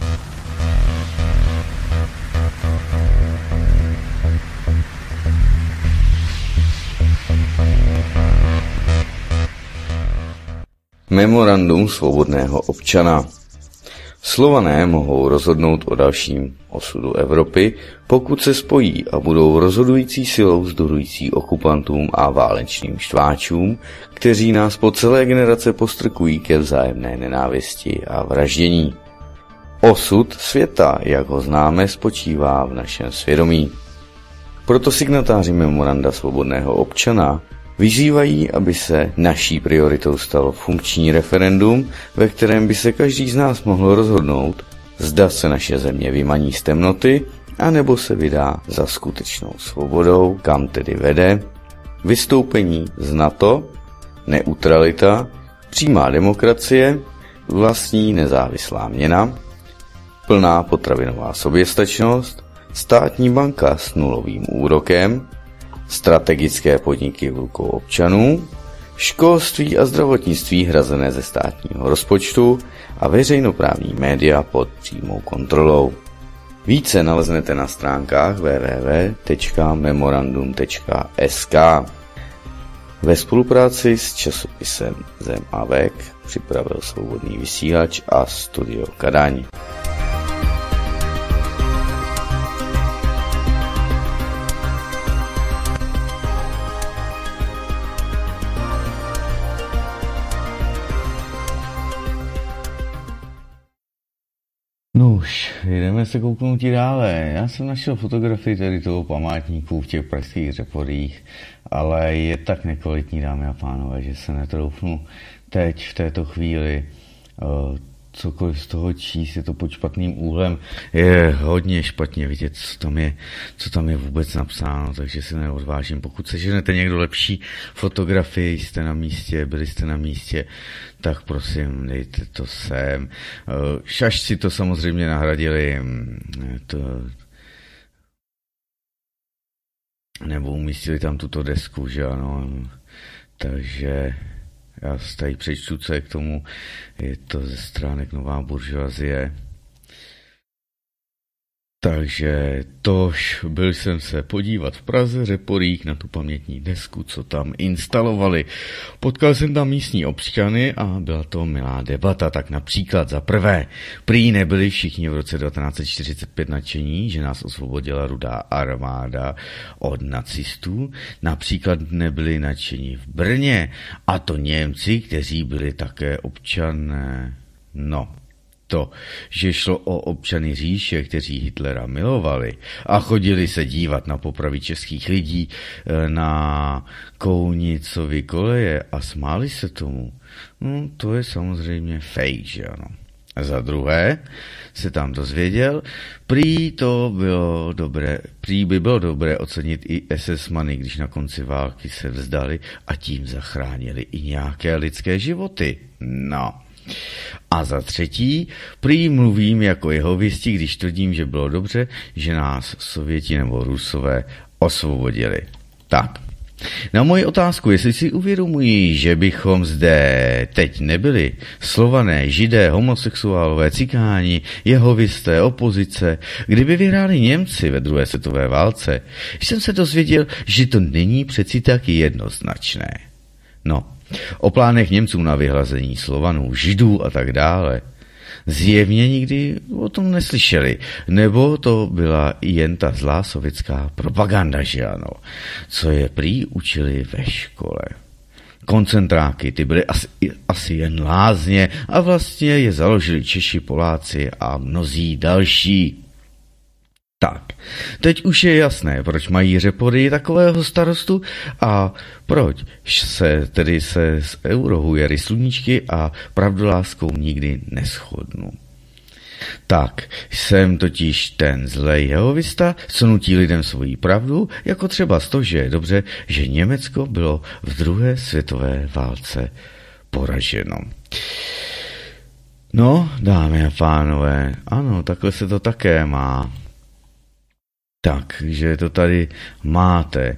Memorandum svobodného občana. Slované mohou rozhodnout o dalším osudu Evropy, pokud se spojí a budou rozhodující silou vzdorující okupantům a válečným štváčům, kteří nás po celé generace postrkují ke vzájemné nenávisti a vraždění. Osud světa, jak ho známe, spočívá v našem svědomí. Proto signatáři Memoranda svobodného občana vyzývají, aby se naší prioritou stalo funkční referendum, ve kterém by se každý z nás mohl rozhodnout, zda se naše země vymaní z temnoty, anebo se vydá za skutečnou svobodou, kam tedy vede, vystoupení z NATO, neutralita, přímá demokracie, vlastní nezávislá měna, plná potravinová soběstačnost, státní banka s nulovým úrokem, strategické podniky v rukou občanů, školství a zdravotnictví hrazené ze státního rozpočtu a veřejnoprávní média pod přímou kontrolou. Více naleznete na stránkách www.memorandum.sk. Ve spolupráci s časopisem Zem a Vek připravil Svobodný vysílač a Studio Kadaň. Nuž, jdeme se kouknout i dále. Já jsem našel fotografii tady toho památníku v těch pražských Řeporích, ale je tak nekvalitní, dámy a pánové, že se netroufnu teď v této chvíli cokoliv z toho číst, je to pod špatným úhlem, je hodně špatně vidět, co tam je vůbec napsáno, takže se neodvážím. Pokud seženete někdo lepší fotografii, jste na místě, byli jste na místě, tak prosím, dejte to sem. Šašci to samozřejmě nahradili nebo umístili tam tuto desku, že ano, takže já tady přečtu, co je k tomu, je to ze stránek Nová buržoazie. Takže tož byl jsem se podívat v Praze Řeporích na tu pamětní desku, co tam instalovali. Potkal jsem tam místní občany a byla to milá debata. Tak například za prvé, prý nebyli všichni v roce 1945 nadšení, že nás osvobodila Rudá armáda od nacistů. Například nebyli nadšení v Brně, a to Němci, kteří byli také občané. No, to, že šlo o občany říše, kteří Hitlera milovali a chodili se dívat na popravy českých lidí na Kounicovy koleje a smáli se tomu, no to je samozřejmě fake, že ano. A za druhé se tam dozvěděl, prý by bylo dobré ocenit i SS-many, když na konci války se vzdali a tím zachránili i nějaké lidské životy. No. A za třetí, prý mluvím jako jehovisti, když tvrdím, že bylo dobře, že nás Sověti nebo Rusové osvobodili. Tak, na moji otázku, jestli si uvědomují, že bychom zde teď nebyli Slované, Židé, homosexuálové, cikáni, jehovisté, opozice, kdyby vyhráli Němci ve druhé světové válce, jsem se dozvěděl, že to není přeci taky jednoznačné. No, o plánech Němců na vyhlazení Slovanů, Židů a tak dále zjevně nikdy o tom neslyšeli, nebo to byla jen ta zlá sovětská propaganda, že ano, co je prý učili ve škole. Koncentráky, ty byly asi jen lázně a vlastně je založili Češi, Poláci a mnozí další. Tak, teď už je jasné, proč mají Řepory takového starostu a proč se s eurohujery sluníčky a pravdoláskou nikdy neshodnou. Tak, jsem totiž ten zlej jehovista, co nutí lidem svoji pravdu, jako třeba z toho, že je dobře, že Německo bylo v druhé světové válce poraženo. No, dámy a pánové, ano, takhle se to také má. Takže to tady máte.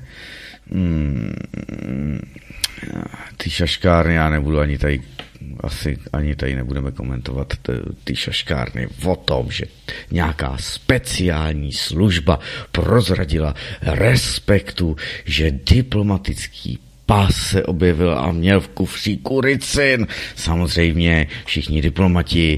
Ty šaškárny, já nebudu ani tady nebudeme komentovat ty šaškárny o tom, že nějaká speciální služba prozradila Respektu, že diplomatický pas se objevil a měl v kufříku ricin. Samozřejmě všichni diplomati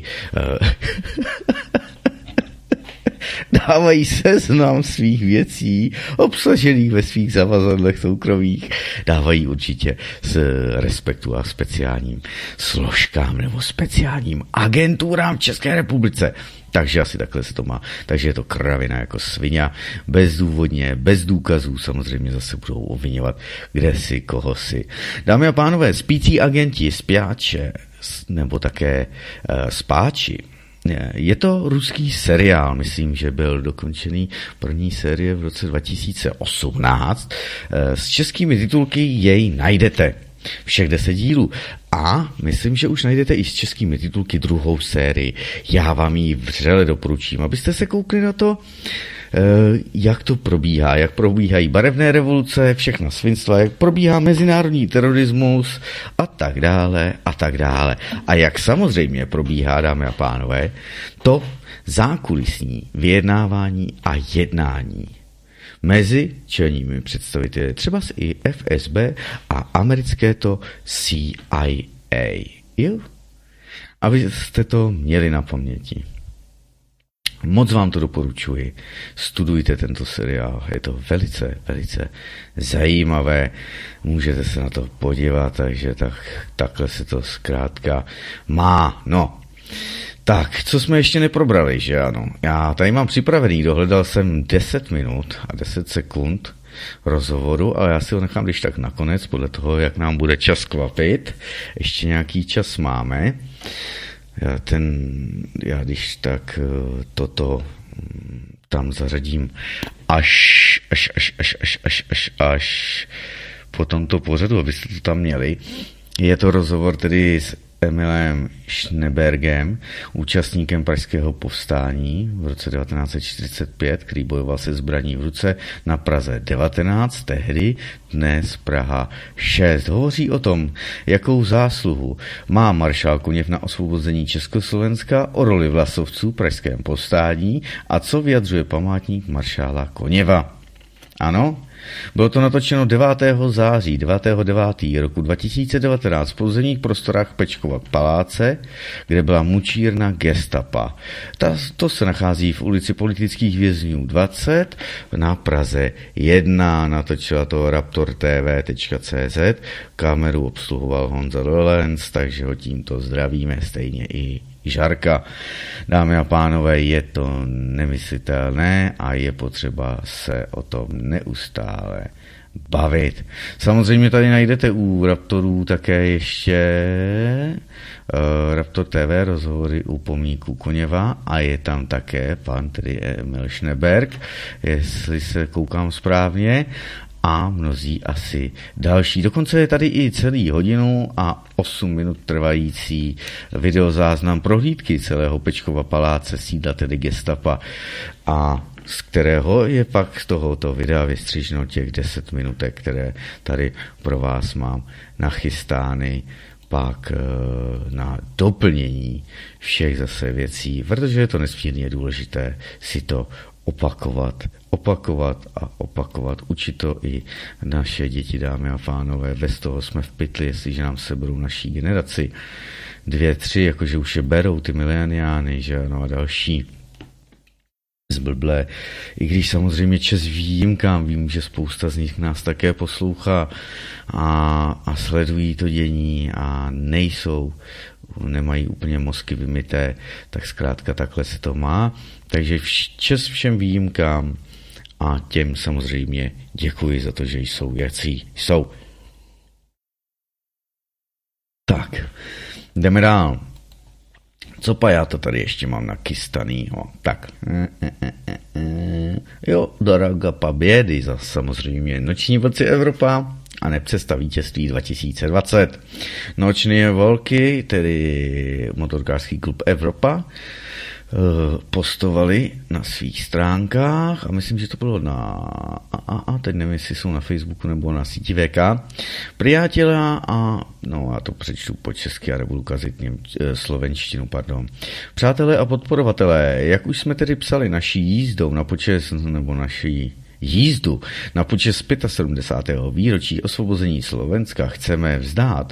dávají seznam svých věcí obsažených ve svých zavazadlech soukromých, dávají určitě z Respektu a speciálním složkám nebo speciálním agenturám v České republice. Takže asi takhle se to má. Takže je to kravina jako svině, bezdůvodně, bez důkazů, samozřejmě zase budou obviňovat kde si, koho si. Dámy a pánové, spící agenti, spjáče, nebo také spáči. Je to ruský seriál, myslím, že byl dokončený první série v roce 2018. S českými titulky jej najdete. Všech 10 dílů. A myslím, že už najdete i s českými titulky druhou sérii. Já vám ji vřele doporučím, abyste se koukli na to, jak to probíhá, jak probíhají barevné revoluce, všechna svinstva, jak probíhá mezinárodní terorismus a tak dále a tak dále. A jak samozřejmě probíhá, dámy a pánové, to zákulisní vyjednávání a jednání mezi čelními představiteli, třeba i FSB a americké to CIA. Jo? Abyste to měli na paměti. Moc vám to doporučuji. Studujte tento seriál. Je to velice, velice zajímavé. Můžete se na to podívat, takže takhle se to zkrátka má. No. Tak, co jsme ještě neprobrali, že ano? Já tady mám připravený, dohledal jsem 10 minut a 10 sekund rozhovoru, ale já si ho nechám když tak nakonec, podle toho, jak nám bude čas kvapit. Ještě nějaký čas máme. Já když tak toto tam zařadím až po tomto pořadu, abyste to tam měli. Je to rozhovor tedy s Emilem Schnebergem, účastníkem pražského povstání v roce 1945, který bojoval se zbraní v ruce na Praze 19, tehdy, dnes Praha 6. Hovoří o tom, jakou zásluhu má maršál Koněv na osvobození Československa, o roli vlasovců v pražském povstání a co vyjadřuje památník maršála Koněva. Ano, bylo to natočeno 9. září 9. roku 2019 v podzemních prostorách Pečkova paláce, kde byla mučírna gestapa. To se nachází v ulici Politických vězňů 20 na Praze 1. Natočila to raptortv.cz. Kameru obsluhoval Honza Lorenz, takže ho tímto zdravíme, stejně i Žarka. Dámy a pánové, je to nemyslitelné a je potřeba se o tom neustále bavit. Samozřejmě tady najdete u Raptorů také ještě Raptor TV rozhovory u pomníku Koněva a je tam také pan tedy Emil Schneberg, jestli se koukám správně, a mnozí asi další. Dokonce je tady i celý hodinu a 8 minut trvající videozáznam prohlídky celého Pečkova paláce, sídla tedy gestapa, a z kterého je pak z tohoto videa vystřiženo těch 10 minutek, které tady pro vás mám nachystány pak na doplnění všech zase věcí, protože je to nesmírně důležité si to opakovat a opakovat. Učit to i naše děti, dámy a pánové. Bez toho jsme v pytli, jestliže nám seberou naší generaci 2, 3, jakože už je berou ty mileniány, že ano, a další. zblblé. I když samozřejmě čest výjimkám, vím, že spousta z nich nás také poslouchá a sledují to dění a nemají úplně mozky vymyté, tak zkrátka takhle se to má. Takže čest všem výjimkám a těm samozřejmě děkuji za to, že jsou jací jsou. Tak, jdeme dál. Co pa já to tady ještě mám nachystanýho? Tak. Jo, Doroga pobědy, za samozřejmě Noční vlci Evropa a nepřesta vítězství 2020. Noční volky, tedy motorkářský klub Evropa, postovali na svých stránkách a myslím, že to bylo teď nevím, jestli jsou na Facebooku nebo na síti VK. Priátěla já to přečtu po česky a nebudu kazit slovenštinu, pardon. Přátelé a podporovatelé, jak už jsme tedy psali naší jízdou na počest, nebo naší jízdu na počest 75. výročí osvobození Slovenska chceme vzdát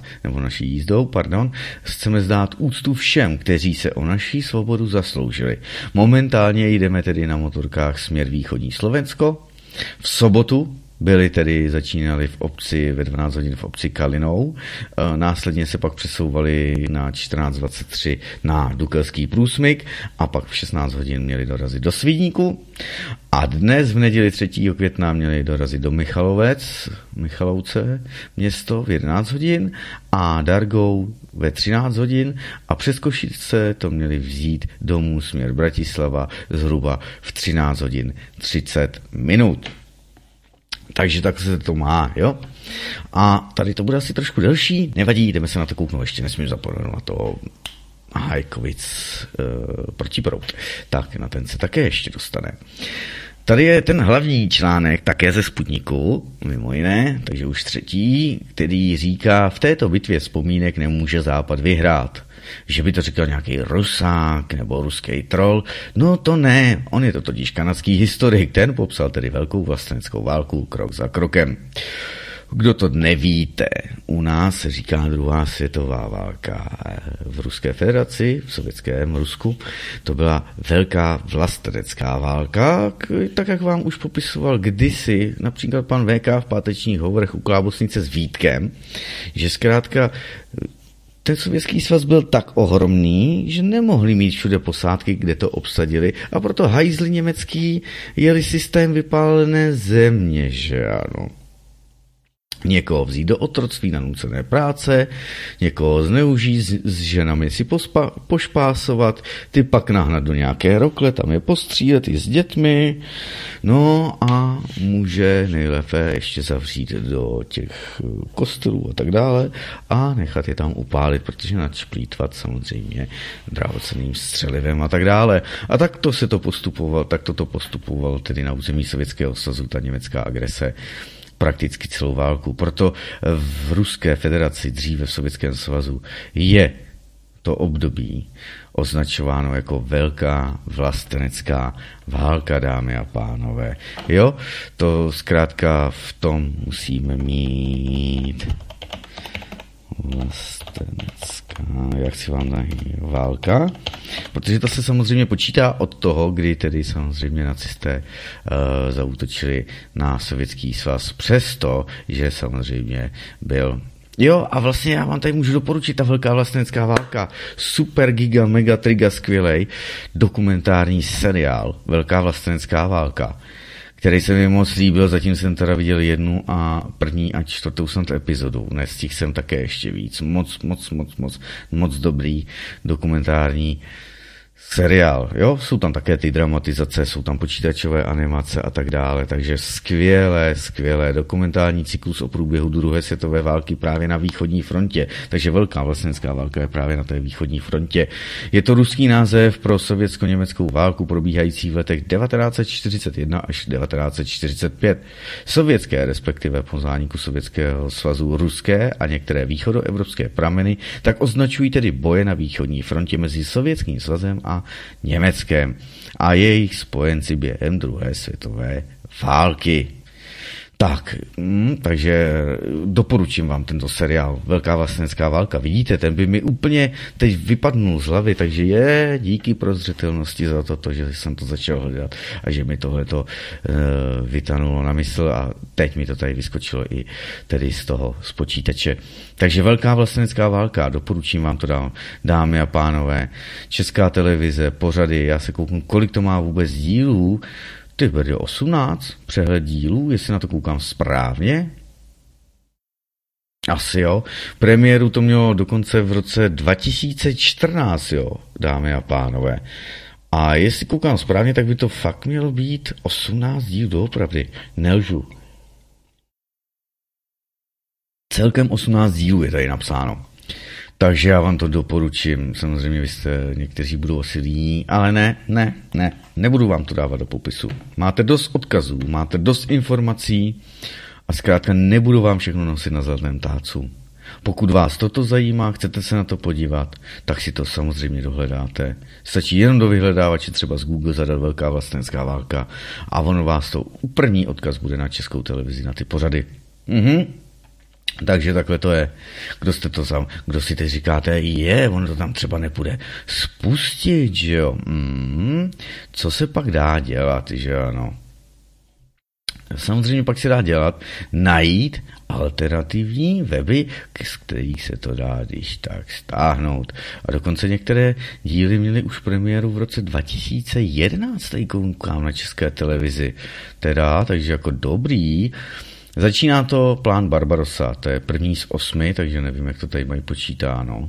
úctu všem, kteří se o naší svobodu zasloužili. Momentálně jdeme tedy na motorkách směr východní Slovensko. V sobotu začínali ve 12 hodin v obci Kalinou, následně se pak přesouvali na 14:23 na Dukelský průsmyk a pak v 16 hodin měli dorazit do Svidníku a dnes v neděli 3. května měli dorazit do Michalovce město v 11 hodin a Dargou ve 13 hodin a přes Košice to měli vzít domů směr Bratislava zhruba v 13 hodin 30 minut. Takže tak se to má, jo? A tady to bude asi trošku delší, nevadí, jdeme se na to kouknout, ještě nesmím zapomenout na to Hajkovic protiproud. Tak, na ten se také ještě dostane. Tady je ten hlavní článek také ze Sputniku, mimo jiné, takže už 3., který říká, v této bitvě vzpomínek nemůže Západ vyhrát. Že by to říkal nějaký Rusák nebo ruský troll. No to ne, on je to totiž kanadský historik, ten popsal tedy velkou vlasteneckou válku krok za krokem. Kdo to nevíte, u nás se říká druhá světová válka. V Ruské federaci, v sovětském Rusku, to byla velká vlastenecká válka, tak jak vám už popisoval kdysi, například pan VK v pátečních hovorech u Klábosnice s Vítkem, že zkrátka ten Sovětský svaz byl tak ohromný, že nemohli mít všude posádky, kde to obsadili a proto hajzli německý jeli systém vypálené země, že ano. Někoho vzít do otroctví na nucené práce, někoho zneužít, s ženami si pošpásovat, ty pak nahnat do nějaké rokle, tam je postřílet i s dětmi, no a může nejlépe ještě zavřít do těch kostelů a tak dále a nechat je tam upálit, protože nadšplítvat samozřejmě drahocenným střelivem a tak dále. A tak to postupoval tedy na území Sovětského svazu ta německá agrese prakticky celou válku. Proto v Ruské federaci, dříve v Sovětském svazu, je to období označováno jako velká vlastenecká válka, dámy a pánové. Jo, to zkrátka v tom musíme mít vlastenecká, jak si vám dají, válka, protože to se samozřejmě počítá od toho, kdy tedy samozřejmě nacisté zaútočili na Sovětský svaz, přesto, že samozřejmě byl. Jo, a vlastně já vám tady můžu doporučit ta velká vlastenecká válka. Super giga, mega triga skvělej dokumentární seriál Velká vlastenecká válka, který se mi moc líbil, zatím jsem teda viděl 1. a 1. a 4. snad epizodu. Nestihl jsem také ještě víc. Moc dobrý dokumentární seriál, jo, jsou tam také ty dramatizace, jsou tam počítačové animace a tak dále, takže skvělé dokumentární cyklus o průběhu druhé světové války právě na východní frontě, takže velká vlastenecká válka je právě na té východní frontě. Je to ruský název pro sovětsko-německou válku probíhající v letech 1941 až 1945. Sovětské, respektive po zániku Sovětského svazu ruské a některé východoevropské prameny tak označují tedy boje na východní frontě mezi Sovětským svazem a Německém a jejich spojenci během druhé světové války. Takže doporučím vám tento seriál Velká vlastenecká válka. Vidíte, ten by mi úplně teď vypadnul z hlavy, takže díky prozřetelnosti za to, že jsem to začal hledat a že mi tohleto vytanulo na mysl a teď mi to tady vyskočilo i tedy z počítače. Takže Velká vlastenecká válka, doporučím vám to dál, dámy a pánové. Česká televize, pořady, já se kouknu, kolik to má vůbec dílů. Ty bude 18 přehled dílů, jestli na to koukám správně. Asi jo. Premiéru to mělo dokonce v roce 2014, jo, dámy a pánové. A jestli koukám správně, tak by to fakt mělo být 18 dílů, doopravdy. Nelžu. Celkem 18 dílů je tady napsáno. Takže já vám to doporučím. Samozřejmě vy jste, někteří budou asi líní, ale nebudu vám to dávat do popisu. Máte dost odkazů, máte dost informací a zkrátka nebudu vám všechno nosit na zlatém tácu. Pokud vás toto zajímá, chcete se na to podívat, tak si to samozřejmě dohledáte. Stačí jenom do vyhledávače, třeba z Google zadat Velká vlastenecká válka a ono vás to první odkaz bude na Českou televizi, na ty pořady. Takže takhle to je. Kdo si teď říkáte, ono to tam třeba nepůjde spustit, že jo? Co se pak dá dělat, že ano? Samozřejmě pak se dá dělat, najít alternativní weby, z kterých se to dá když tak stáhnout. A dokonce některé díly měly už premiéru v roce 2011, tady koukám na České televizi. Takže jako dobrý. Začíná to Plán Barbarossa, to je první z 8, takže nevím, jak to tady mají počítáno.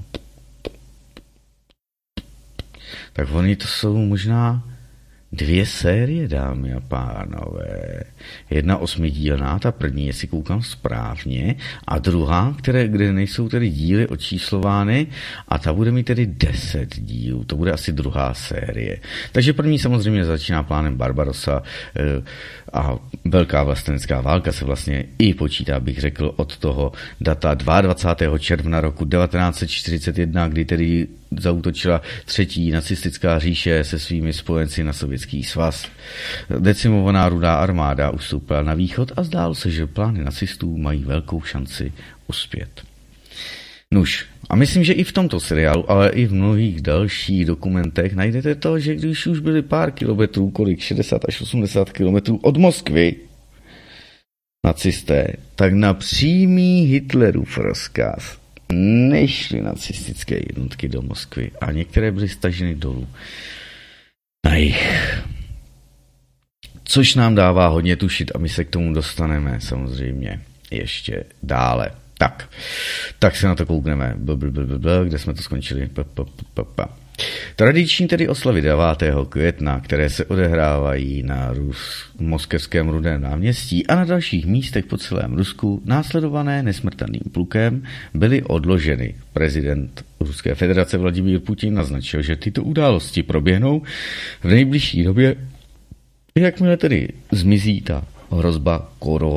Tak oni to jsou možná 2 série, dámy a pánové. 1 8dílná, ta první, jestli koukám správně, a druhá, kde nejsou tedy díly očíslovány, a ta bude mít tedy 10 dílů. To bude asi 2. série. Takže první samozřejmě začíná Plánem Barbarossa a Velká vlastenecká válka se vlastně i počítá, bych řekl, od toho data 22. června roku 1941, kdy tedy zaútočila 3. nacistická říše se svými spojenci na Sovětský svaz. Decimovaná Rudá armáda ustoupila na východ a zdálo se, že plány nacistů mají velkou šanci uspět. Nuž, a myslím, že i v tomto seriálu, ale i v mnohých dalších dokumentech najdete to, že když už byli pár kilometrů, 60 až 80 kilometrů od Moskvy, nacisté, tak na přímý Hitlerův rozkaz nešly nacistické jednotky do Moskvy a některé byly staženy dolů na jih. Což nám dává hodně tušit a my se k tomu dostaneme samozřejmě ještě dále. Tak se na to koukneme. Kde jsme to skončili? Tradiční tedy oslavy 9. května, které se odehrávají na moskevském Rudém náměstí a na dalších místech po celém Rusku, následované nesmrtelným plukem, byly odloženy. Prezident Ruské federace Vladimír Putin naznačil, že tyto události proběhnou v nejbližší době, jakmile tedy zmizí ta hrozba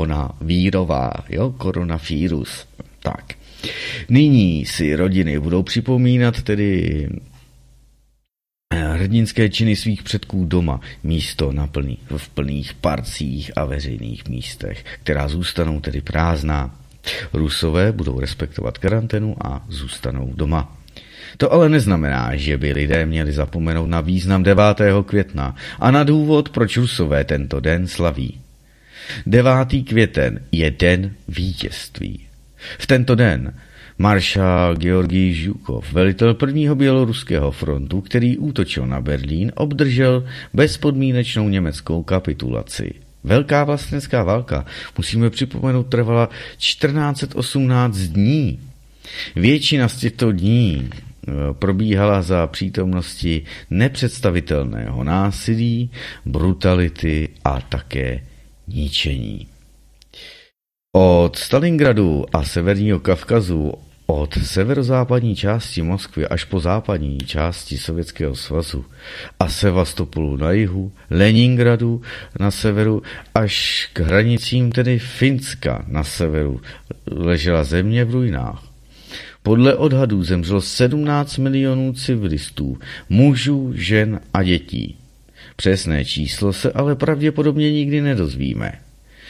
koronavírus. Tak. Nyní si rodiny budou připomínat tedy hrdinské činy svých předků doma, místo v plných parcích a veřejných místech, která zůstanou tedy prázdná. Rusové budou respektovat karanténu a zůstanou doma. To ale neznamená, že by lidé měli zapomenout na význam 9. května a na důvod, proč Rusové tento den slaví. 9. květen je den vítězství. V tento den maršál Georgij Žukov, velitel 1. běloruského frontu, který útočil na Berlín, obdržel bezpodmínečnou německou kapitulaci. Velká vlastenecká válka, musíme připomenout, trvala 1418 dní. Většina z těchto dní probíhala za přítomnosti nepředstavitelného násilí, brutality a také ničení. Od Stalingradu a Severního Kavkazu, od severozápadní části Moskvy až po západní části Sovětského svazu a Sevastopolu na jihu, Leningradu na severu až k hranicím tedy Finska na severu ležela země v ruinách. Podle odhadů zemřelo 17 milionů civilistů, mužů, žen a dětí. Přesné číslo se ale pravděpodobně nikdy nedozvíme.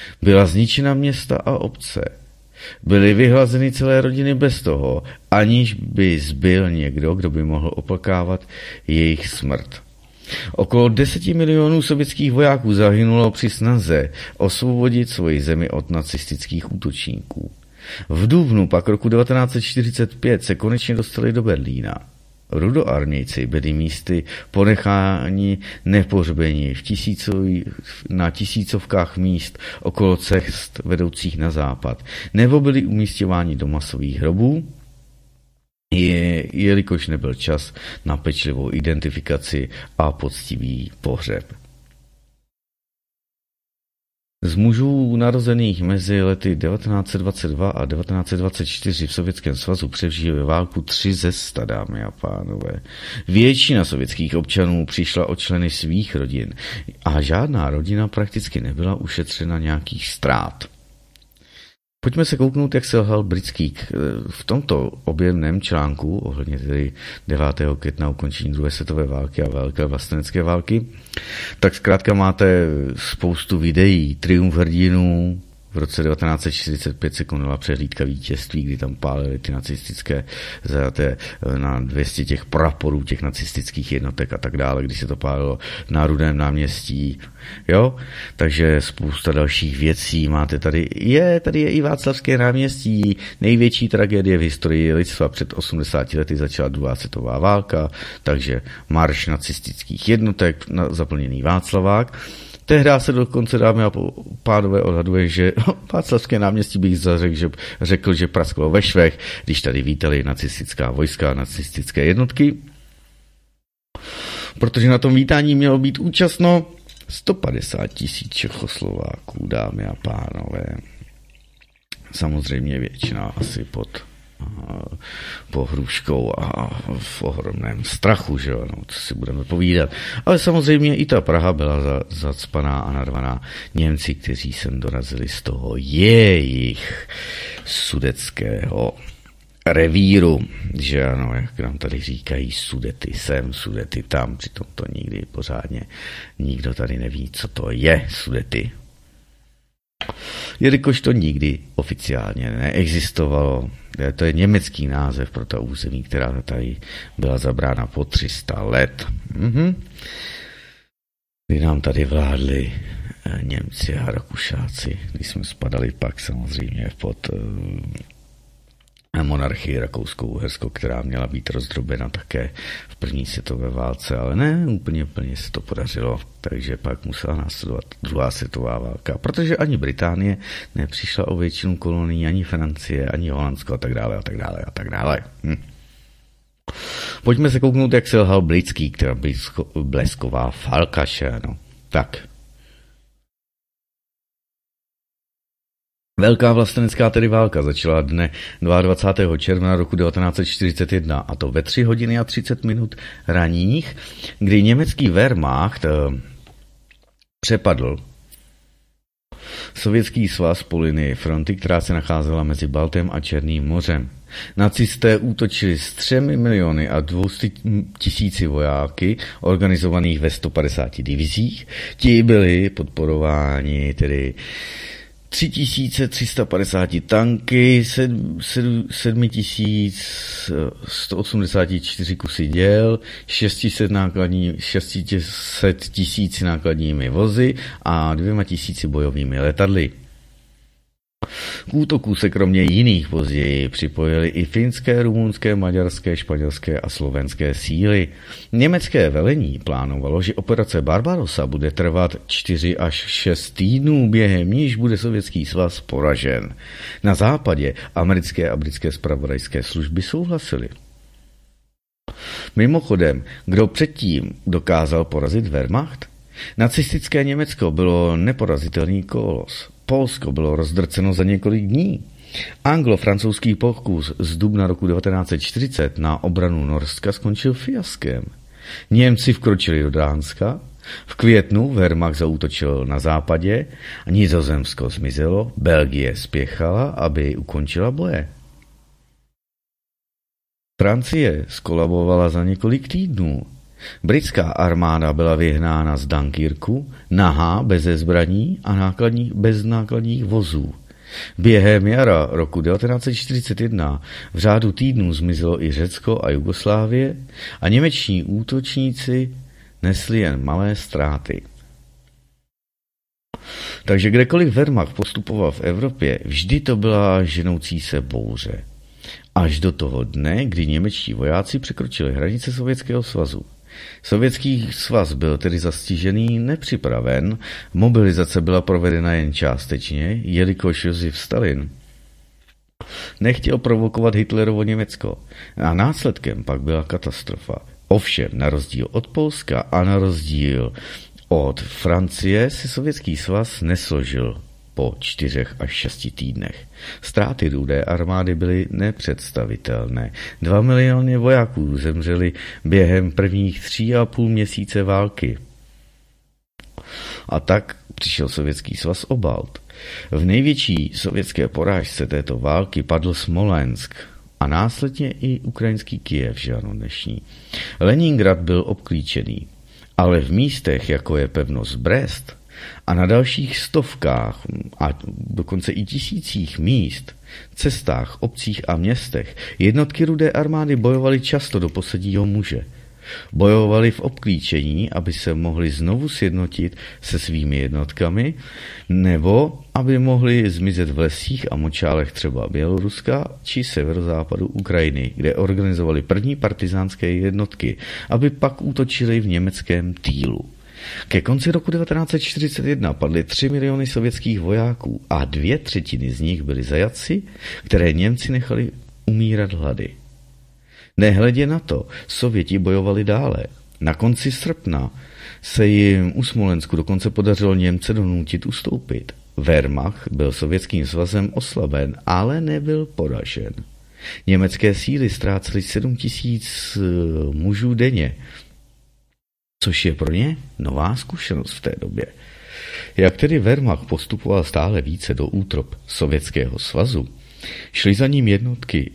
Byla zničena města a obce. Byly vyhlazeny celé rodiny bez toho, aniž by zbyl někdo, kdo by mohl oplakávat jejich smrt. Okolo 10 milionů sovětských vojáků zahynulo při snaze osvobodit svoji zemi od nacistických útočníků. V dubnu pak roku 1945 se konečně dostali do Berlína. Rudoarmějci byli místy ponecháni nepohřbeni na tisícovkách míst okolo cest vedoucích na západ, nebo byli umístěváni do masových hrobů, jelikož nebyl čas na pečlivou identifikaci a poctivý pohřeb. Z mužů narozených mezi lety 1922 a 1924 v Sovětském svazu přežili válku 3 ze 100, dámy a pánové. Většina sovětských občanů přišla o členy svých rodin a žádná rodina prakticky nebyla ušetřena nějakých ztrát. Pojďme se kouknout, jak selhal britský v tomto objemném článku ohledně tedy 9. května ukončení druhé světové války a velké vlastenecké války. Tak zkrátka máte spoustu videí, triumf hrdinů. V roce 1945 se konala přehlídka vítězství, kdy tam pálili ty nacistické na 200 těch praporů, těch nacistických jednotek a tak dále, když se to pálilo na Rudém náměstí. Jo? Takže spousta dalších věcí máte tady. Tady je i Václavské náměstí, největší tragédie v historii lidstva. Před 80 lety začala druhá světová válka, takže marš nacistických jednotek, zaplněný Václavák. Tehdy se dokonce, dámy a pánové, odhaduje, že Václavské náměstí bych řekl, že prasklo ve švech, když tady vítali nacistická vojska, nacistické jednotky. Protože na tom vítání mělo být účastno 150 000 Čechoslováků, dámy a pánové. Samozřejmě většina asi pod pohrůžkou a v ohromném strachu, že jo, no, co si budeme povídat. Ale samozřejmě i ta Praha byla zacpaná a narvaná Němci, kteří sem dorazili z toho jejich sudeckého revíru, že ano, jak nám tady říkají, Sudety sem, Sudety tam, přitom to nikdy pořádně nikdo tady neví, co to je Sudety. Jelikož to nikdy oficiálně neexistovalo, to je německý název pro ta území, která tady byla zabrána po 300 let. Kdy nám tady vládli Němci a Rakušáci, když jsme spadali pak samozřejmě pod monarchii Rakousko-Uhersko, která měla být rozdrobena také v první světové válce, ale ne, úplně se to podařilo, takže pak musela následovat druhá světová válka, protože ani Británie nepřišla o většinu kolonií, ani Francie, ani Holandsko a tak dále. Pojďme se kouknout, jak selhal britský, která blesková falkaše, no. Tak. Velká vlastenecká tedy válka začala dne 22. června roku 1941, a to ve 3 hodiny a 30 minut raních, kdy německý Wehrmacht přepadl Sovětský svaz po linii fronty, která se nacházela mezi Baltem a Černým mořem. Nacisté útočili s 3 miliony a 200 000 vojáky, organizovaných ve 150 divizích. Ti byli podporováni tedy 3350 tanky, 7184 kusy děl, 600 000 nákladními vozy a 2000 bojovými letadly. K útoku se kromě jiných později připojily i finské, rumunské, maďarské, španělské a slovenské síly. Německé velení plánovalo, že operace Barbarossa bude trvat 4 až 6 týdnů, během níž bude Sovětský svaz poražen. Na západě americké a britské zpravodajské služby souhlasily. Mimochodem, kdo předtím dokázal porazit Wehrmacht? Nacistické Německo bylo neporazitelný kolos. Polsko bylo rozdrceno za několik dní. Anglo-francouzský pokus z dubna roku 1940 na obranu Norska skončil fiaskem. Němci vkročili do Dánska, v květnu Wehrmacht zaútočil na západě, Nizozemsko zmizelo, Belgie spěchala, aby ukončila boje. Francie skolabovala za několik týdnů. Britská armáda byla vyhnána z Dunkirku, nahá, beze zbraní a bez nákladních vozů. Během jara roku 1941 v řádu týdnů zmizelo i Řecko a Jugoslávie a němečtí útočníci nesli jen malé ztráty. Takže kdekoliv Wehrmacht postupoval v Evropě, vždy to byla ženoucí se bouře. Až do toho dne, kdy němečtí vojáci překročili hranice Sovětského svazu. Sovětský svaz byl tedy zastižený, nepřipraven, mobilizace byla provedena jen částečně, jelikož Josef Stalin nechtěl provokovat Hitlerovo Německo a následkem pak byla katastrofa. Ovšem, na rozdíl od Polska a na rozdíl od Francie se Sovětský svaz nesložil po 4 až 6 týdnech. Ztráty Rudé armády byly nepředstavitelné. 2 miliony vojáků zemřeli během prvních 3,5 měsíce války. A tak přišel Sovětský svaz o Balt. V největší sovětské porážce této války padl Smolensk a následně i ukrajinský Kyjev, že ano, dnešní. Leningrad byl obklíčený, ale v místech, jako je pevnost Brest, a na dalších stovkách a dokonce i tisících míst, cestách, obcích a městech jednotky Rudé armády bojovaly často do posledního muže. Bojovali v obklíčení, aby se mohli znovu sjednotit se svými jednotkami, nebo aby mohli zmizet v lesích a močálech třeba Běloruska či severozápadu Ukrajiny, kde organizovali první partizánské jednotky, aby pak útočili v německém Týlu. Ke konci roku 1941 padly 3 miliony sovětských vojáků a 2/3 z nich byli zajatci, které Němci nechali umírat hlady. Nehledě na to, Sověti bojovali dále. Na konci srpna se jim u Smolensku dokonce podařilo Němce donutit ustoupit. Wehrmacht byl Sovětským svazem oslaben, ale nebyl poražen. Německé síly ztrácely 7 000 mužů denně, což je pro ně nová zkušenost v té době. Jak tedy Wehrmacht postupoval stále více do útrop Sovětského svazu, šly za ním jednotky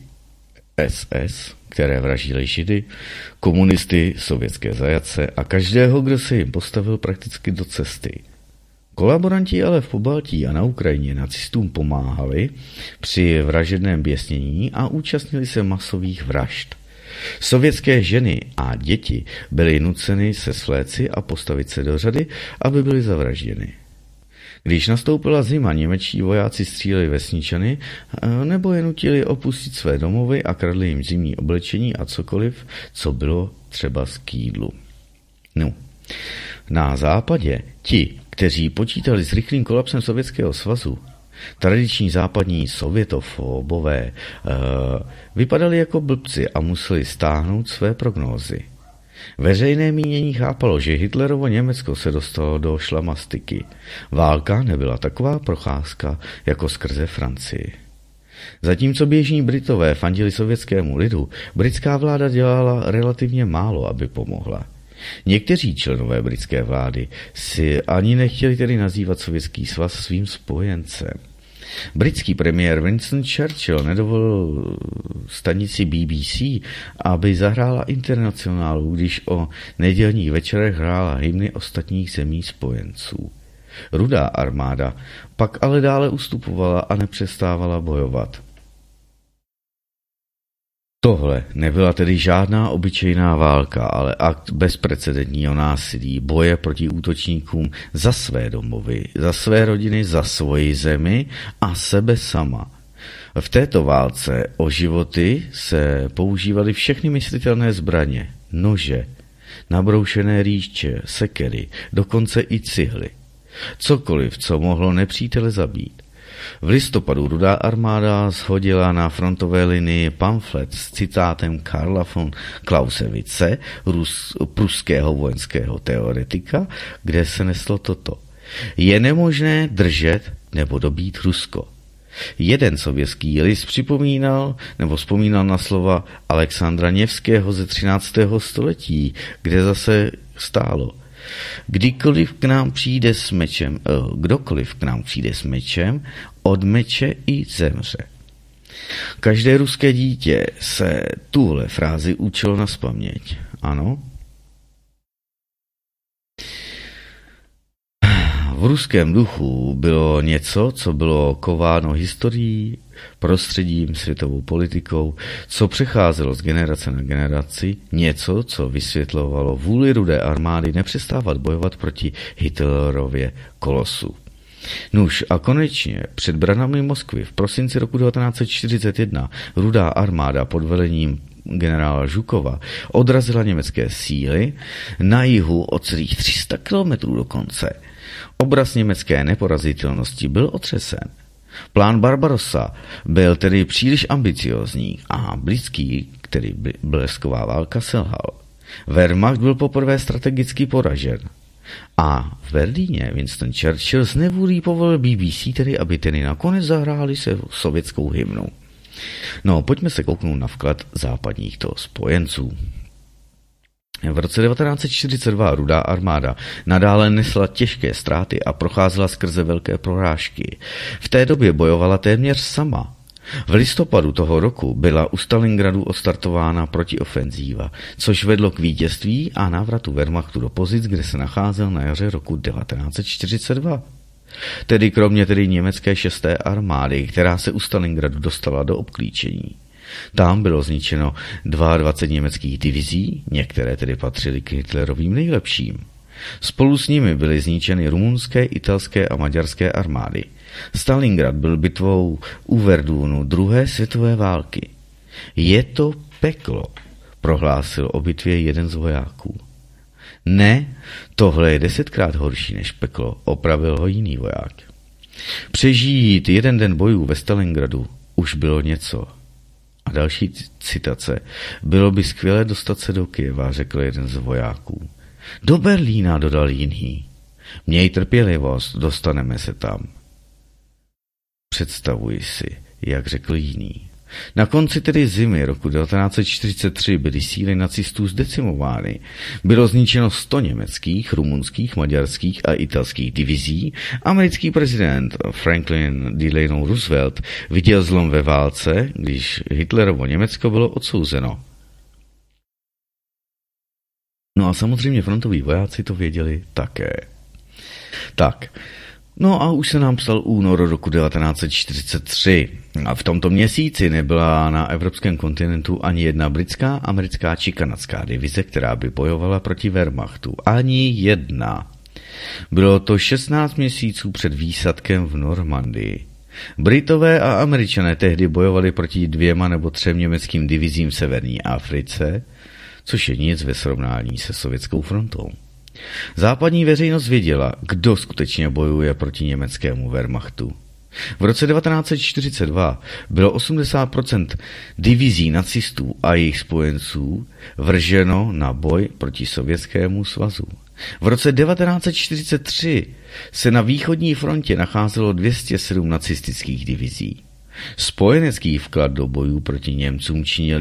SS, které vraždily Židy, komunisty, sovětské zajatce a každého, kdo se jim postavil prakticky do cesty. Kolaboranti ale v Pobaltí a na Ukrajině nacistům pomáhali při vražedném běsnění a účastnili se masových vražd. Sovětské ženy a děti byly nuceny se svléci a postavit se do řady, aby byly zavražděny. Když nastoupila zima, němečtí vojáci stříleli vesničany nebo je nutili opustit své domovy a kradli jim zimní oblečení a cokoliv, co bylo třeba z jídlu. No. Na západě ti, kteří počítali s rychlým kolapsem Sovětského svazu, tradiční západní sovětofobové, vypadali jako blbci a museli stáhnout své prognózy. Veřejné mínění chápalo, že Hitlerovo Německo se dostalo do šlamastiky. Válka nebyla taková procházka jako skrze Francii. Zatímco běžní Britové fandili sovětskému lidu, britská vláda dělala relativně málo, aby pomohla. Někteří členové britské vlády si ani nechtěli tedy nazývat Sovětský svaz svým spojencem. Britský premiér Winston Churchill nedovolil stanici BBC, aby zahrála Internacionálu, když o nedělních večerech hrála hymny ostatních zemí spojenců. Rudá armáda pak ale dále ustupovala a nepřestávala bojovat. Tohle nebyla tedy žádná obyčejná válka, ale akt bezprecedentního násilí, boje proti útočníkům za své domovy, za své rodiny, za svoji zemi a sebe sama. V této válce o životy se používaly všechny myslitelné zbraně, nože, nabroušené rýče, sekery, dokonce i cihly. Cokoliv, co mohlo nepřítele zabít. V listopadu Rudá armáda shodila na frontové linii pamflet s citátem Karla von Clausewitze, pruského vojenského teoretika, kde se neslo toto. Je nemožné držet nebo dobít Rusko. Jeden sovětský list vzpomínal na slova Alexandra Nevského ze 13. století, kde zase stálo: kdokoliv k nám přijde s mečem, od meče i zemře. Každé ruské dítě se tuhle frázi učilo nazpaměť. Ano, v ruském duchu bylo něco, co bylo kováno historií, prostředím, světovou politikou, co přecházelo z generace na generaci, něco, co vysvětlovalo vůli Rudé armády nepřestávat bojovat proti Hitlerově kolosu. Nuž a konečně před branami Moskvy v prosinci roku 1941 Rudá armáda pod velením generála Žukova odrazila německé síly na jihu o celých 300 kilometrů dokonce. Obraz německé neporazitelnosti byl otřesen. Plán Barbarossa byl tedy příliš ambiciózní a Blický, který blesková válka, selhal. Wehrmacht byl poprvé strategicky poražen. A v Berlíně Winston Churchill z nevůlí povolil BBC, tedy aby tedy nakonec zahráli se sovětskou hymnou. No, pojďme se kouknout na vklad západních toho spojenců. V roce 1942 Rudá armáda nadále nesla těžké ztráty a procházela skrze velké prorážky. V té době bojovala téměř sama. V listopadu toho roku byla u Stalingradu odstartována protiofenzíva, což vedlo k vítězství a návratu Wehrmachtu do pozic, kde se nacházel na jaře roku 1942. Tedy kromě německé 6. armády, která se u Stalingradu dostala do obklíčení. Tam bylo zničeno 22 německých divizí, některé tedy patřily k Hitlerovým nejlepším. Spolu s nimi byly zničeny rumunské, italské a maďarské armády. Stalingrad byl bitvou u Verdunu druhé světové války. Je to peklo, prohlásil o bitvě jeden z vojáků. Ne, tohle je 10krát horší než peklo, opravil ho jiný voják. Přežít jeden den bojů ve Stalingradu už bylo něco. A další citace. Bylo by skvělé dostat se do Kyjeva, řekl jeden z vojáků. Do Berlína, dodal jiný. Měj trpělivost, dostaneme se tam. Představuji si, jak řekl jiný. Na konci tedy zimy roku 1943 byly síly nacistů zdecimovány. Bylo zničeno 100 německých, rumunských, maďarských a italských divizí. Americký prezident Franklin Delano Roosevelt viděl zlom ve válce, když Hitlerovo Německo bylo odsouzeno. No a samozřejmě frontoví vojáci to věděli také. Tak, no a už se nám psal únor roku 1943 a v tomto měsíci nebyla na evropském kontinentu ani jedna britská, americká či kanadská divize, která by bojovala proti Wehrmachtu. Ani jedna. Bylo to 16 měsíců před výsadkem v Normandii. Britové a Američané tehdy bojovali proti 2 nebo 3 německým divizím v severní Africe, což je nic ve srovnání se sovětskou frontou. Západní veřejnost věděla, kdo skutečně bojuje proti německému Wehrmachtu. V roce 1942 bylo 80% divizí nacistů a jejich spojenců vrženo na boj proti Sovětskému svazu. V roce 1943 se na východní frontě nacházelo 207 nacistických divizí. Spojenecký vklad do bojů proti Němcům činil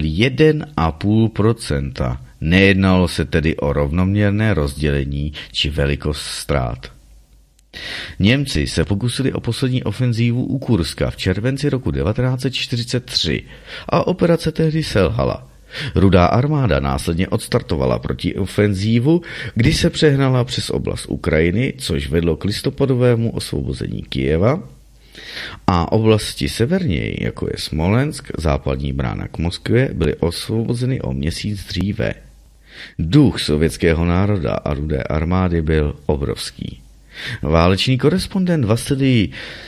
1,5%. Nejednalo se tedy o rovnoměrné rozdělení či velikost ztrát. Němci se pokusili o poslední ofenzívu u Kurska v červenci roku 1943 a operace tehdy selhala. Rudá armáda následně odstartovala protiofenzívu, kdy se přehnala přes oblast Ukrajiny, což vedlo k listopadovému osvobození Kyjeva, a oblasti severněji, jako je Smolensk, západní brána k Moskvě, byly osvobozeny o měsíc dříve. Duch sovětského národa a Rudé armády byl obrovský. Válečný korespondent Vasilij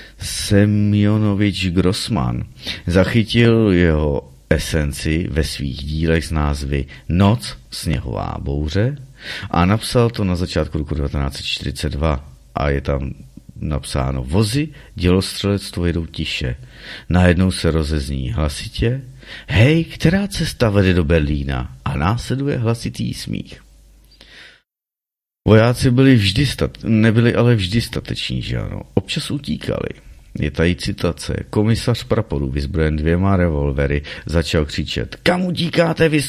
Semjonovič Grossman zachytil jeho esenci ve svých dílech s názvy Noc, sněhová bouře a napsal to na začátku roku 1942 a je tam napsáno: vozy, dělostřelectvo jedou tiše. Najednou se rozezní hlasitě: hej, která cesta vede do Berlína? A následuje hlasitý smích. Vojáci nebyli ale vždy stateční, že ano. Občas utíkali. Je tady citace. Komisař praporu, vyzbrojen 2 revolvery, začal křičet: kam utíkáte vy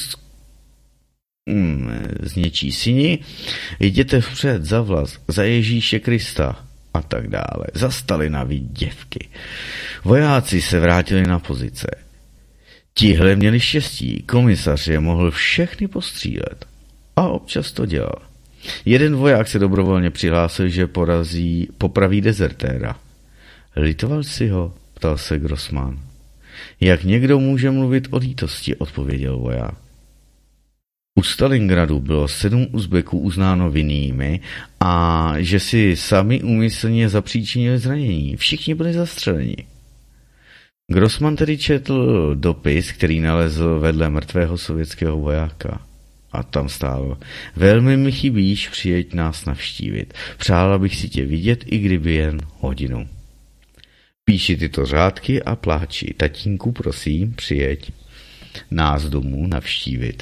zněčí syni? Jděte vpřed za vlas, za Ježíše Krista a tak dále. Za Stalina, vy děvky. Vojáci se vrátili na pozice. Tihle měli štěstí, komisař je mohl všechny postřílet. A občas to dělal. Jeden voják se dobrovolně přihlásil, že popraví dezertéra. Litoval si ho? Ptal se Grossman. Jak někdo může mluvit o lítosti, odpověděl voják. U Stalingradu bylo 7 Uzbeků uznáno vinnými a že si sami úmyslně zapříčinili zranění. Všichni byli zastřeleni. Grossman tedy četl dopis, který nalezl vedle mrtvého sovětského vojáka. A tam stálo: velmi mi chybíš, přijeď nás navštívit. Přála bych si tě vidět, i kdyby jen hodinu. Píši tyto řádky a pláči. Tatínku, prosím, přijeď nás domů navštívit.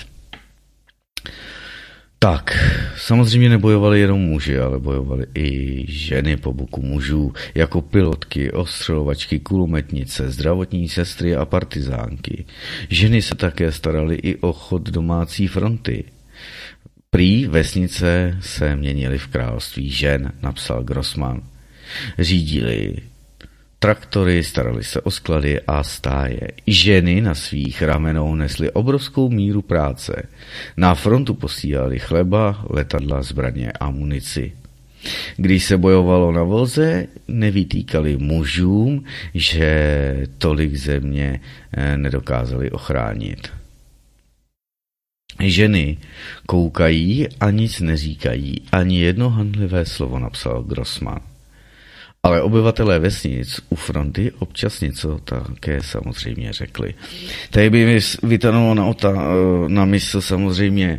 Tak, samozřejmě nebojovali jenom muži, ale bojovali i ženy po boku mužů, jako pilotky, ostřelovačky, kulometnice, zdravotní sestry a partizánky. Ženy se také staraly i o chod domácí fronty. Prý vesnice se měnily v království žen, napsal Grossman. Řídili traktory, starali se o sklady a stáje. Ženy na svých ramenou nesly obrovskou míru práce. Na frontu posílali chleba, letadla, zbraně a munici. Když se bojovalo na voze, nevytýkali mužům, že tolik země nedokázali ochránit. Ženy koukají a nic neříkají, ani jedno handlivé slovo, napsal Grossman. Ale obyvatelé vesnic u fronty občas něco také samozřejmě řekli. Tady by mi vytanulo na mysl samozřejmě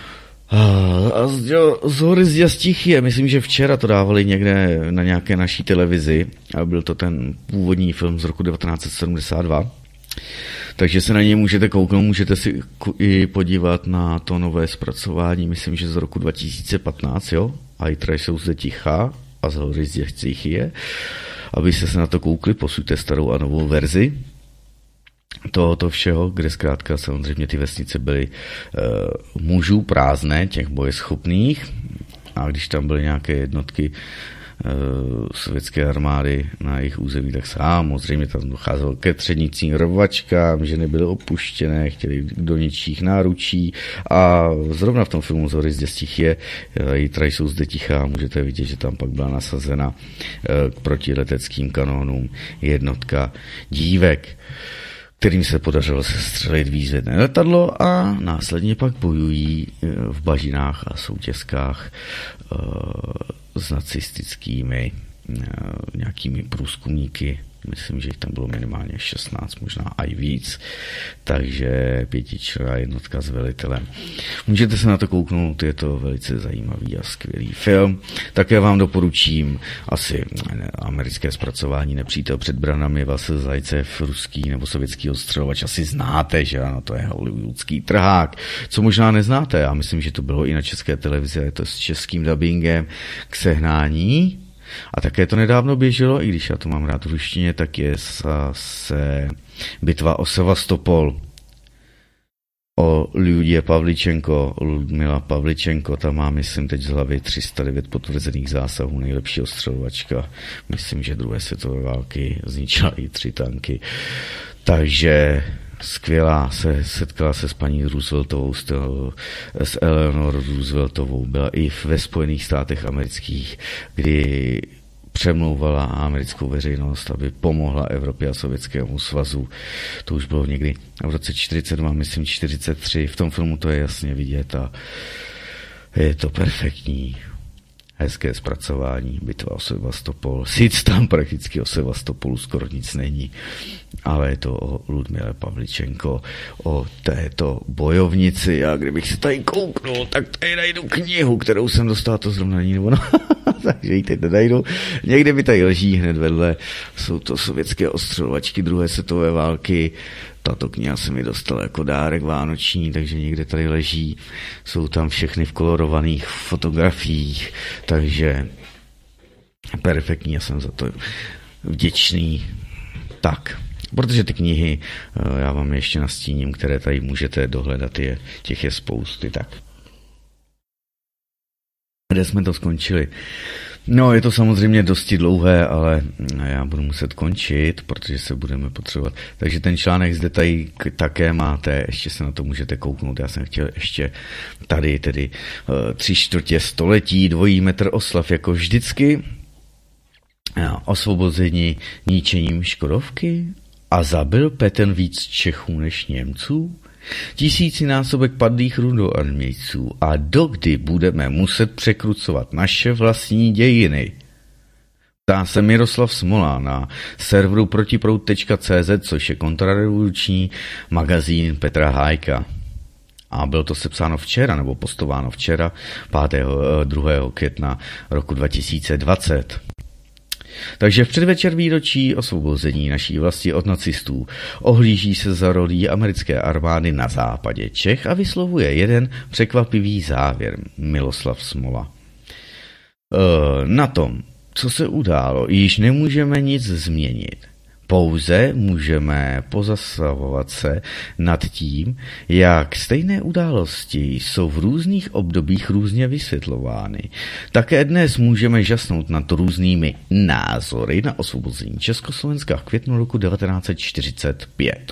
z hory z Jastichy. Myslím, že včera to dávali někde na nějaké naší televizi a byl to ten původní film z roku 1972. Takže se na něj můžete kouknout, můžete si i podívat na to nové zpracování, myslím, že z roku 2015, jo? A i jsou zde ticha a z hory z Jastichy, abyste se na to koukli, posuďte starou a novou verzi tohoto všeho, kde zkrátka samozřejmě ty vesnice byly mužů prázdné, těch bojeschopných, a když tam byly nějaké jednotky sovětské armády na jejich území, tak samozřejmě tam docházelo ke třenicím, rvačkám, ženy byly opuštěné, chtěli do něčích náručí a zrovna v tom filmu Zory z Jastichy tady jsou zde tichá, můžete vidět, že tam pak byla nasazena k protileteckým kanónům jednotka dívek, kterým se podařilo sestřelit výzvědné letadlo a následně pak bojují v bažinách a soutězkách s nacistickými nějakými průzkumníky. Myslím, že jich tam bylo minimálně 16, možná i víc. Takže 5členná jednotka s velitelem. Můžete se na to kouknout, je to velice zajímavý a skvělý film. Také vám doporučím asi americké zpracování Nepřítel před branami, Vasil Zajcev, ruský nebo sovětský ostřelovač. Asi znáte, že ano, to je hollywoodský trhák. Co možná neznáte, já myslím, že to bylo i na české televizi, je to s českým dabingem k sehnání. A také to nedávno běželo, i když já to mám rád v ruštině, tak je zase bitva o Sevastopol. O Ludmila Pavličenko, tam má, myslím, teď z hlavy 309 potvrzených zásahů, nejlepší ostřelovačka. Myslím, že druhé světové války zničila i 3 tanky. Takže skvělá, setkala se s paní Rooseveltovou, s Eleanor Rooseveltovou, byla i ve Spojených státech amerických, kdy přemlouvala americkou veřejnost, aby pomohla Evropě a Sovětskému svazu. To už bylo někdy v roce 42, myslím 43, v tom filmu to je jasně vidět a je to perfektní. Hezké zpracování, bitva o Sevastopol. Sice tam prakticky o Sevastopolu skoro nic není, ale je to o Ludmile Pavličenko, o této bojovnici. A kdybych se tady kouknul, tak tady najdu knihu, kterou jsem dostal, to zrovna není, nebo no, takže ji teď nenajdu. Někde mi tady leží hned vedle, jsou to sovětské ostřelovačky druhé světové války. Tato kniha se mi dostala jako dárek vánoční, takže někde tady leží. Jsou tam všechny v kolorovaných fotografiích, takže perfektní, já jsem za to vděčný. Tak, protože ty knihy, já vám ještě nastíním, které tady můžete dohledat, těch je spousty. Tak. Kde jsme to skončili? No, je to samozřejmě dosti dlouhé, ale já budu muset končit, protože se budeme potřebovat. Takže ten článek zde tady také máte, ještě se na to můžete kouknout. Já jsem chtěl ještě tady tedy 3/4 století, 2 metr oslav jako vždycky. Osvobození ničením Škodovky a zabil Petr víc Čechů než Němců? 1000násobek padlých rudoarmějců a dokdy budeme muset překrucovat naše vlastní dějiny? Ptá se Miroslav Smola na serveru protiproud.cz, což je kontrarevoluční magazín Petra Hájka. A bylo to sepsáno včera, nebo postováno včera, 2. května roku 2020. Takže v předvečer výročí osvobození naší vlasti od nacistů ohlíží se za rolí americké armády na západě Čech a vyslovuje jeden překvapivý závěr. Miroslav Smola. Na tom, co se událo, již nemůžeme nic změnit. Pouze můžeme pozastavovat se nad tím, jak stejné události jsou v různých obdobích různě vysvětlovány. Také dnes můžeme žasnout nad různými názory na osvobození Československa v květnu roku 1945.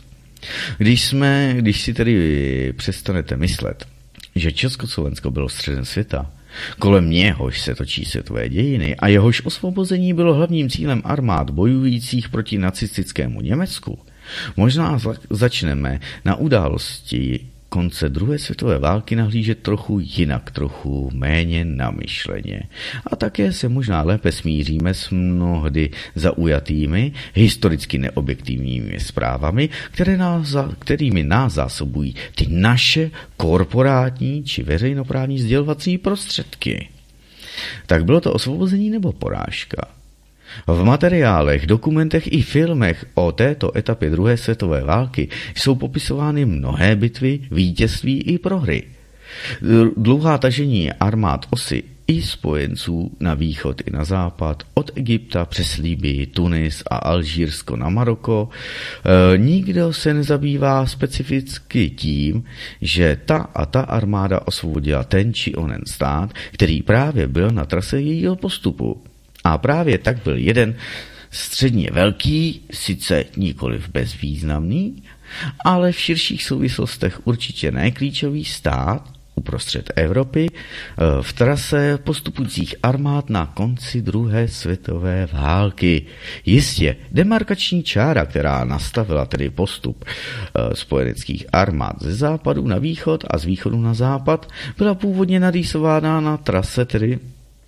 Když si tedy přestanete myslet, že Československo bylo středem světa, kolem něhož se točí světové dějiny a jehož osvobození bylo hlavním cílem armád bojujících proti nacistickému Německu, možná začneme na události konce druhé světové války nahlížet trochu jinak, trochu méně namyšleně. A také se možná lépe smíříme s mnohdy zaujatými, historicky neobjektivními zprávami, kterými nás zásobují ty naše korporátní či veřejnoprávní sdělovací prostředky. Tak bylo to osvobození nebo porážka? V materiálech, dokumentech i filmech o této etapě druhé světové války jsou popisovány mnohé bitvy, vítězství i prohry. Dlouhá tažení armád osy i spojenců na východ i na západ, od Egypta přes Libyi, Tunis a Alžírsko na Maroko. Nikdo se nezabývá specificky tím, že ta a ta armáda osvobodila ten či onen stát, který právě byl na trase jejího postupu. A právě tak byl jeden středně velký, sice nikoliv bezvýznamný, ale v širších souvislostech určitě neklíčový stát uprostřed Evropy v trase postupujících armád na konci druhé světové války. Jistě, demarkační čára, která nastavila tedy postup spojeneckých armád ze západu na východ a z východu na západ, byla původně narýsována na trase tedy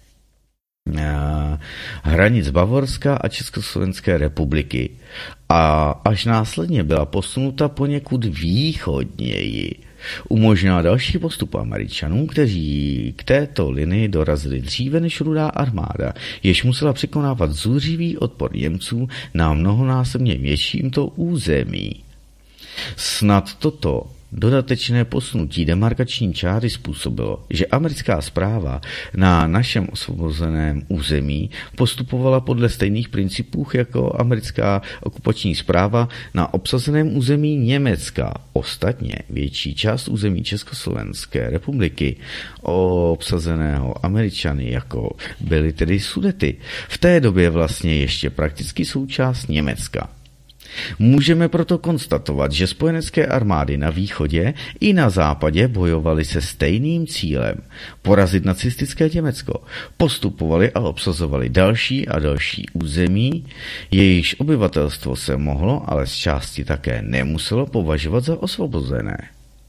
hranic Bavorska a Československé republiky a až následně byla posunuta poněkud východněji. Umožnila další postup Američanů, kteří k této linii dorazili dříve než Rudá armáda, jež musela překonávat zuřivý odpor Němců na mnohonásobně větším to území. Snad toto dodatečné posunutí demarkační čáry způsobilo, že americká správa na našem osvobozeném území postupovala podle stejných principů jako americká okupační správa na obsazeném území Německa. Ostatně větší část území Československé republiky obsazeného Američany, jako byly tedy Sudety, v té době vlastně ještě prakticky součást Německa. Můžeme proto konstatovat, že spojenecké armády na východě i na západě bojovaly se stejným cílem porazit nacistické Německo. Postupovali a obsazovali další a další území, jejichž obyvatelstvo se mohlo, ale z části také nemuselo považovat za osvobozené.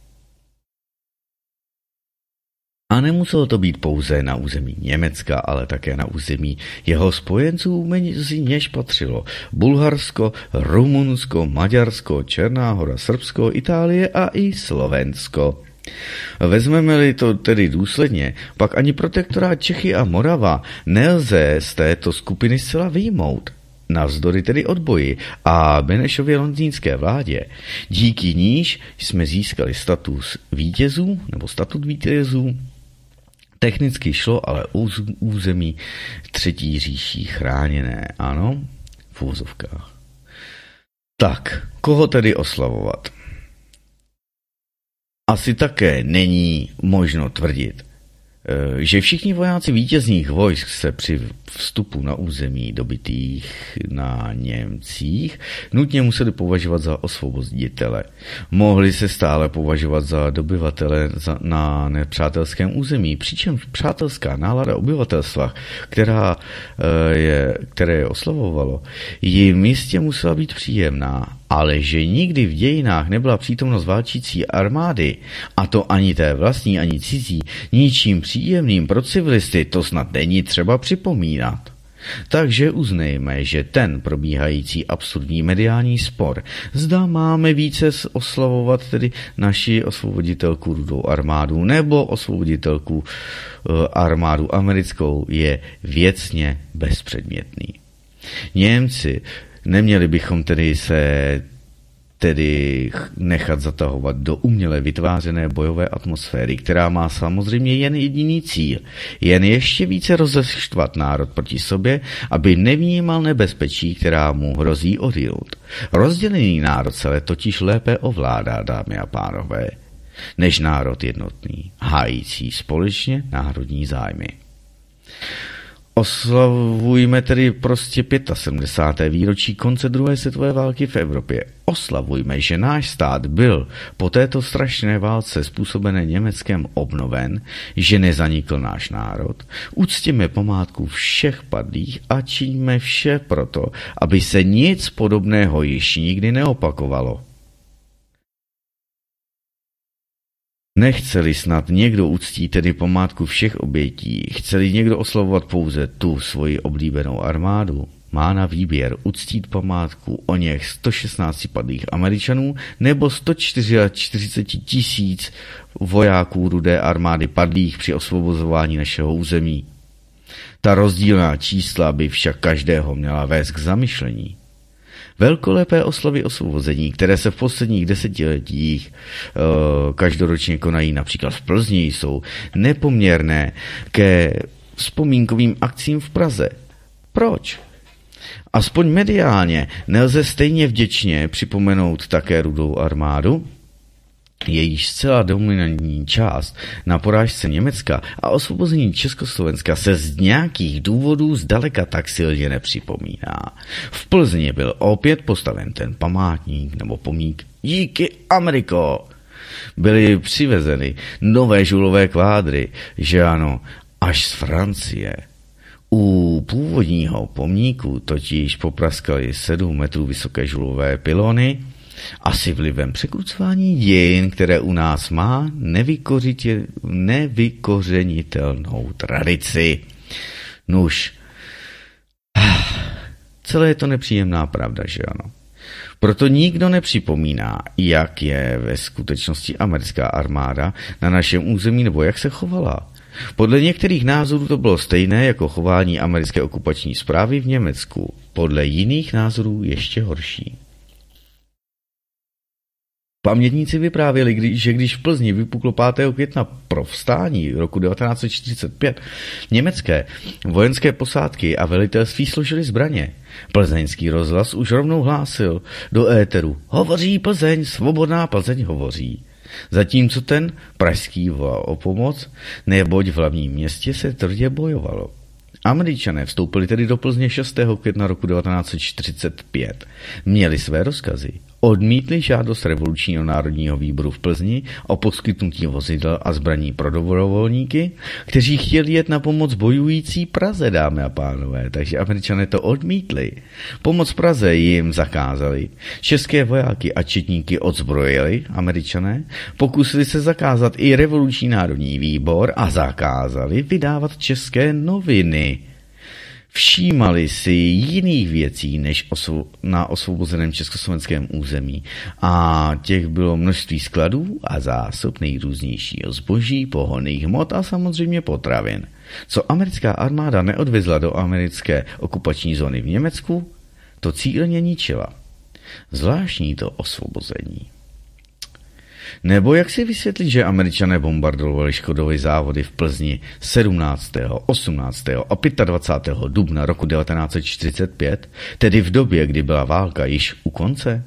A nemuselo to být pouze na území Německa, ale také na území jeho spojenců, mezi něž patřilo Bulharsko, Rumunsko, Maďarsko, Černá Hora, Srbsko, Itálie a i Slovensko. Vezmeme-li to tedy důsledně, pak ani protektorát Čechy a Morava nelze z této skupiny zcela vyjmout. Navzdory tedy odboji a Benešově londýnské vládě, díky níž jsme získali statut vítězů, technicky šlo ale území třetí říší chráněné, ano, v úvozovkách. Tak, koho tedy oslavovat? Asi také není možno tvrdit, že všichni vojáci vítězných vojsk se při vstupu na území dobytých na Němcích nutně museli považovat za osvoboditele. Mohli se stále považovat za dobyvatele na nepřátelském území, přičemž přátelská nálada obyvatelstva, které je oslavovalo, jim jistě musela být příjemná, ale že nikdy v dějinách nebyla přítomnost válčící armády, a to ani té vlastní, ani cizí, ničím příjemným pro civilisty, to snad není třeba připomínat. Takže uznejme, že ten probíhající absurdní mediální spor, zda máme více oslavovat tedy naši osvoboditelku Rudou armádu nebo osvoboditelku armádu americkou, je věcně bezpředmětný. Němci, neměli bychom tedy nechat zatahovat do uměle vytvářené bojové atmosféry, která má samozřejmě jen jediný cíl, jen ještě více rozeštvat národ proti sobě, aby nevnímal nebezpečí, která mu hrozí odjinud. Rozdělený národ se totiž lépe ovládá, dámy a pánové, než národ jednotný, hájící společně národní zájmy. Oslavujme tedy prostě 75. výročí konce druhé světové války v Evropě. Oslavujme, že náš stát byl po této strašné válce způsobené Německem obnoven, že nezanikl náš národ. Uctíme památku všech padlých a čiňme vše proto, aby se nic podobného již nikdy neopakovalo. Nechce-li snad někdo uctít tedy památku všech obětí, chce-li někdo oslavovat pouze tu svoji oblíbenou armádu, má na výběr uctít památku o něch 116 padlých Američanů nebo 144 000 vojáků Rudé armády padlých při osvobozování našeho území. Ta rozdílná čísla by však každého měla vést k zamyšlení. Velkolepé oslavy osvobození, které se v posledních desetiletích každoročně konají například v Plzni, jsou nepoměrné ke vzpomínkovým akcím v Praze. Proč? Aspoň mediálně nelze stejně vděčně připomenout také Rudou armádu, jejíž zcela dominantní část na porážce Německa a osvobození Československa se z nějakých důvodů zdaleka tak silně nepřipomíná. V Plzni byl opět postaven ten památník nebo pomník Díky Ameriko! Byly přivezeny nové žulové kvádry, že ano, až z Francie. U původního pomníku totiž popraskaly 7 metrů vysoké žulové pylony, asi vlivem překrucování dějin, které u nás má nevykořenitelnou tradici. Nuž, celé je to nepříjemná pravda, že ano. Proto nikdo nepřipomíná, jak je ve skutečnosti americká armáda na našem území nebo jak se chovala. Podle některých názorů to bylo stejné jako chování americké okupační správy v Německu. Podle jiných názorů ještě horší. Pamětníci vyprávěli, že když v Plzni vypuklo 5. května povstání roku 1945, německé vojenské posádky a velitelství složili zbraně. Plzeňský rozhlas už rovnou hlásil do éteru: hovoří Plzeň, svobodná Plzeň hovoří. Zatímco ten pražský volal o pomoc, neboť v hlavním městě se tvrdě bojovalo. Američané vstoupili tedy do Plzně 6. května roku 1945. Měli své rozkazy. Odmítli žádost Revolučního národního výboru v Plzni o poskytnutí vozidel a zbraní pro dobrovolníky, kteří chtěli jet na pomoc bojující Praze, dámy a pánové, takže Američané to odmítli. Pomoc Praze jim zakázali. České vojáky a četníky odzbrojili Američané, pokusili se zakázat i Revoluční národní výbor a zakázali vydávat české noviny. Všímali si jiných věcí než na osvobozeném československém území a těch bylo množství skladů a zásob nejrůznějšího zboží, pohonných hmot a samozřejmě potravin. Co americká armáda neodvezla do americké okupační zóny v Německu, to cíleně ničila. Zvláštní to osvobození. Nebo jak si vysvětlit, že Američané bombardovali Škodovy závody v Plzni 17., 18. a 25. dubna roku 1945, tedy v době, kdy byla válka již u konce?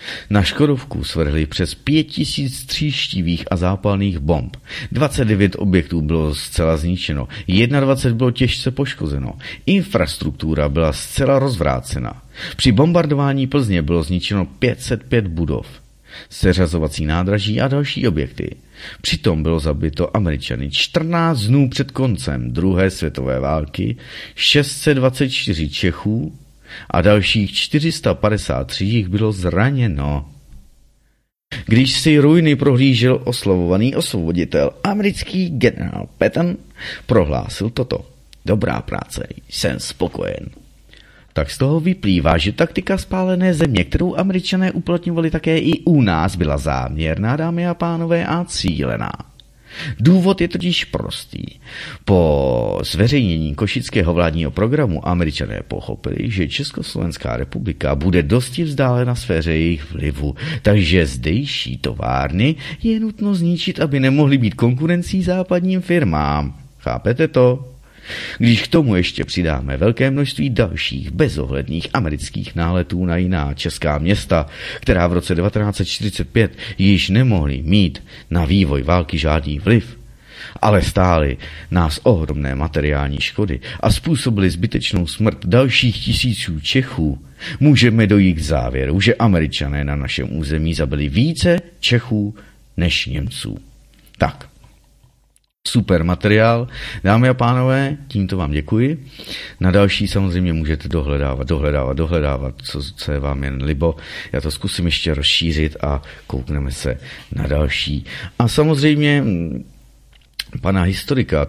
Na Škodovku svrhli přes 5000 tříštivých a zápalných bomb. 29 objektů bylo zcela zničeno, 21 bylo těžce poškozeno. Infrastruktura byla zcela rozvrácena. Při bombardování Plzně bylo zničeno 505 budov, seřazovací nádraží a další objekty. Přitom bylo zabito Američany 14 dnů před koncem druhé světové války, 624 Čechů a dalších 453 jich bylo zraněno. Když si ruiny prohlížel oslavovaný osvoboditel, americký generál Patton prohlásil toto: dobrá práce, jsem spokojen. Tak z toho vyplývá, že taktika spálené země, kterou Američané uplatňovali také i u nás, byla záměrná, dámy a pánové, a cílená. Důvod je totiž prostý. Po zveřejnění košického vládního programu Američané pochopili, že Československá republika bude dosti vzdálena sféře jejich vlivu, takže zdejší továrny je nutno zničit, aby nemohly být konkurencí západním firmám. Chápete to? Když k tomu ještě přidáme velké množství dalších bezohledných amerických náletů na jiná česká města, která v roce 1945 již nemohly mít na vývoj války žádný vliv, ale stály nás ohromné materiální škody a způsobili zbytečnou smrt dalších tisíců Čechů, můžeme dojít k závěru, že Američané na našem území zabili více Čechů než Němců. Tak. Super materiál. Dámy a pánové, tímto vám děkuji. Na další samozřejmě můžete dohledávat, co je vám jen libo. Já to zkusím ještě rozšířit a koukneme se na další. A samozřejmě pana historika,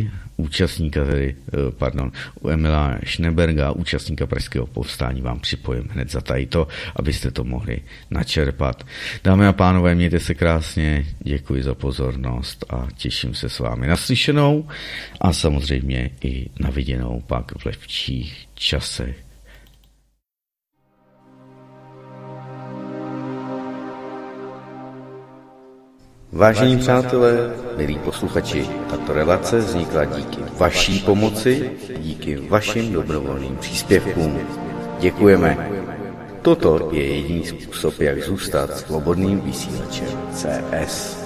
Emila Schneberga, účastníka Pražského povstání, vám připojím hned za tadyto, abyste to mohli načerpat. Dámy a pánové, mějte se krásně, děkuji za pozornost a těším se s vámi na slyšenou a samozřejmě i na viděnou pak v lepších časech. Vážení přátelé, milí posluchači, tato relace vznikla díky vaší pomoci, díky vašim dobrovolným příspěvkům. Děkujeme. Toto je jediný způsob, jak zůstat svobodným vysílačem CS.